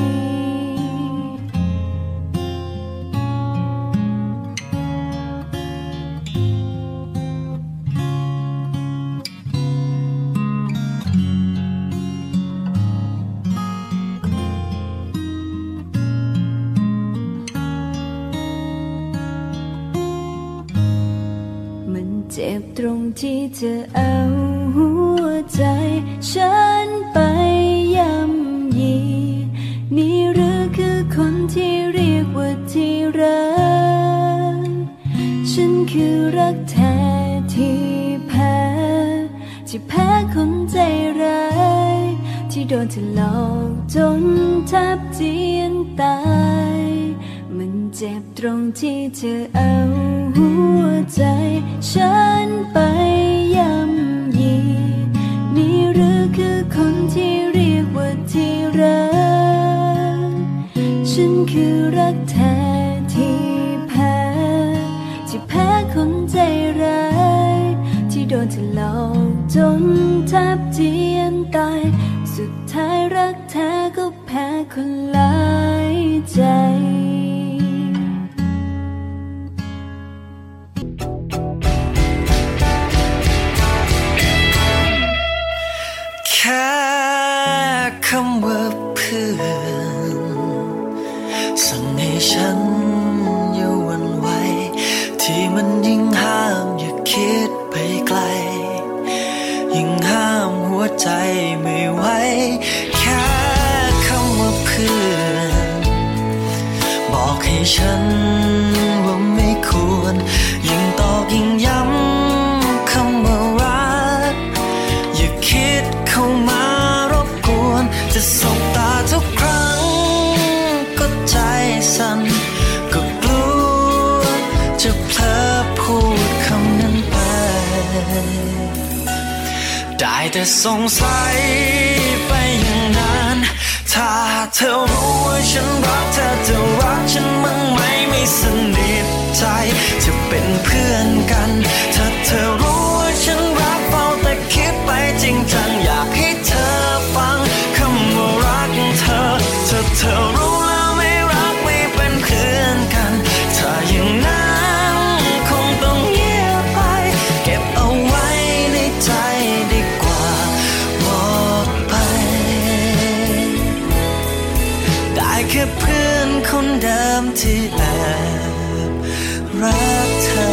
S6: เจ็บตรงที่เธอเอาหัวใจฉันไปย่ำยีนี่หรือคือคนที่เรียกว่าที่รักฉันคือรักแท้ที่แพ้คนใจร้ายที่โดนเธอหลอกจนแทบเจียนตายมันเจ็บตรงที่เธอเอาหัวใจฉันไปย่ำยีนี่หรือคือคนที่เรียกว่าที่รักฉันคือรักแท้ที่แพ้คนใจร้ายที่โดนเธอหลอกจนแทบเจียนตายสุดท้ายรักแท้ก็แพ้คนหลายใจ
S9: แค่คำว่าเพื่อนสั่งให้ฉันอย่าหวั่นไหวที่มันยิ่งห้ามอย่าคิดไปไกลยิ่งห้ามหัวใจไม่ไหวแค่คำว่าเพื่อนบอกให้ฉันว่าไม่ควรยิ่งตอกยิ่งย้ำคำว่ารักอย่าคิดเข้ามารบกวนจะสบตาทุกครั้งก็ใจสั่นก็กลัวจะเผลอพูดคำนั้นไปได้แต่สงสัยไปอย่างนั้นถ้าเธอรู้ว่าฉันรักเธอจะรักฉันมั้งไหมไม่สนิทใจจะเป็นเพื่อนกันถ้าเธอรู้ว่าฉันรักเฝ้าแต่คิดไปจริงจังอยากให้เธอฟังคำว่ารักเธอถ้าเธอรู้แล้วไม่รักไม่เป็นเพื่อนกันถ้าอย่างนั้นคงต้องเงียบไปแค่เพื่อนคนเดิมที่แอบรักเธอ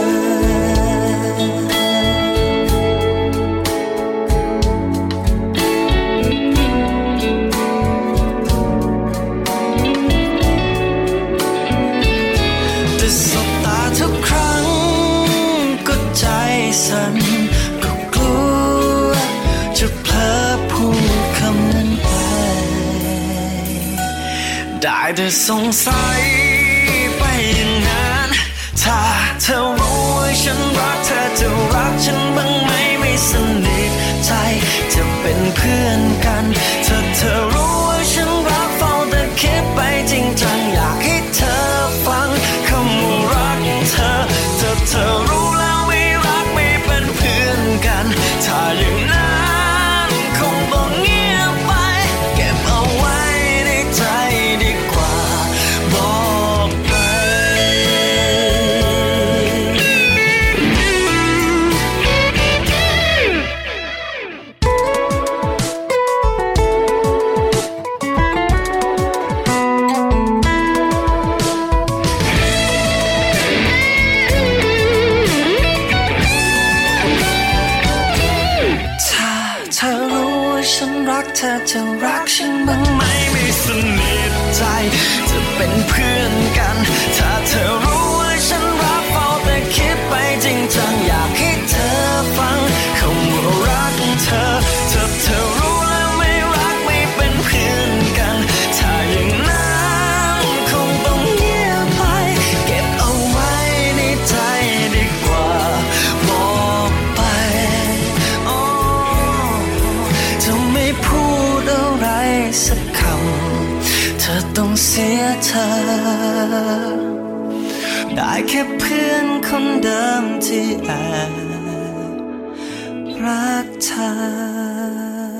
S9: ทุกครั้งก็ใจสั่นก็กลัวจะเผลอพูดคำนั้นไปได้แต่สงสัยไปอย่างนั้นถ้าเธอรู้ว่าฉันรักเธอจะรักฉันบ้างไหมไม่สนิทใจจะเป็นเพื่อนกันถ้าเธอรู้ว่าฉันรักเฝ้าแต่คิดไปจริงจังอยากให้เธอฟังคำว่ารักเธอรู้แล้วไม่รักไม่เป็นเพื่อนกันถ้าอย่างนั้นคงต้องเงียบไปเก็บเอาไว้ในใจดีกว่าบอกไปเธอจะรักฉันบ้างไหมไม่สนิทใจจะเป็นเพื่อนกันถ้าเธอรู้ว่าฉันรักเฝ้าแต่คิดไปจริงจังอยากให้เธอฟังคำว่ารักเธอรู้แล้วไม่รักไม่เป็นเพื่อนกันถ้าอย่างนั้นคงต้องเงียบไปเก็บเอาไว้ในใจดีกว่าบอกไปจะไม่พูดอะไรสักคำเธอต้องเสียเธอได้แค่เพื่อนคนเดิมที่แอบรักเธอ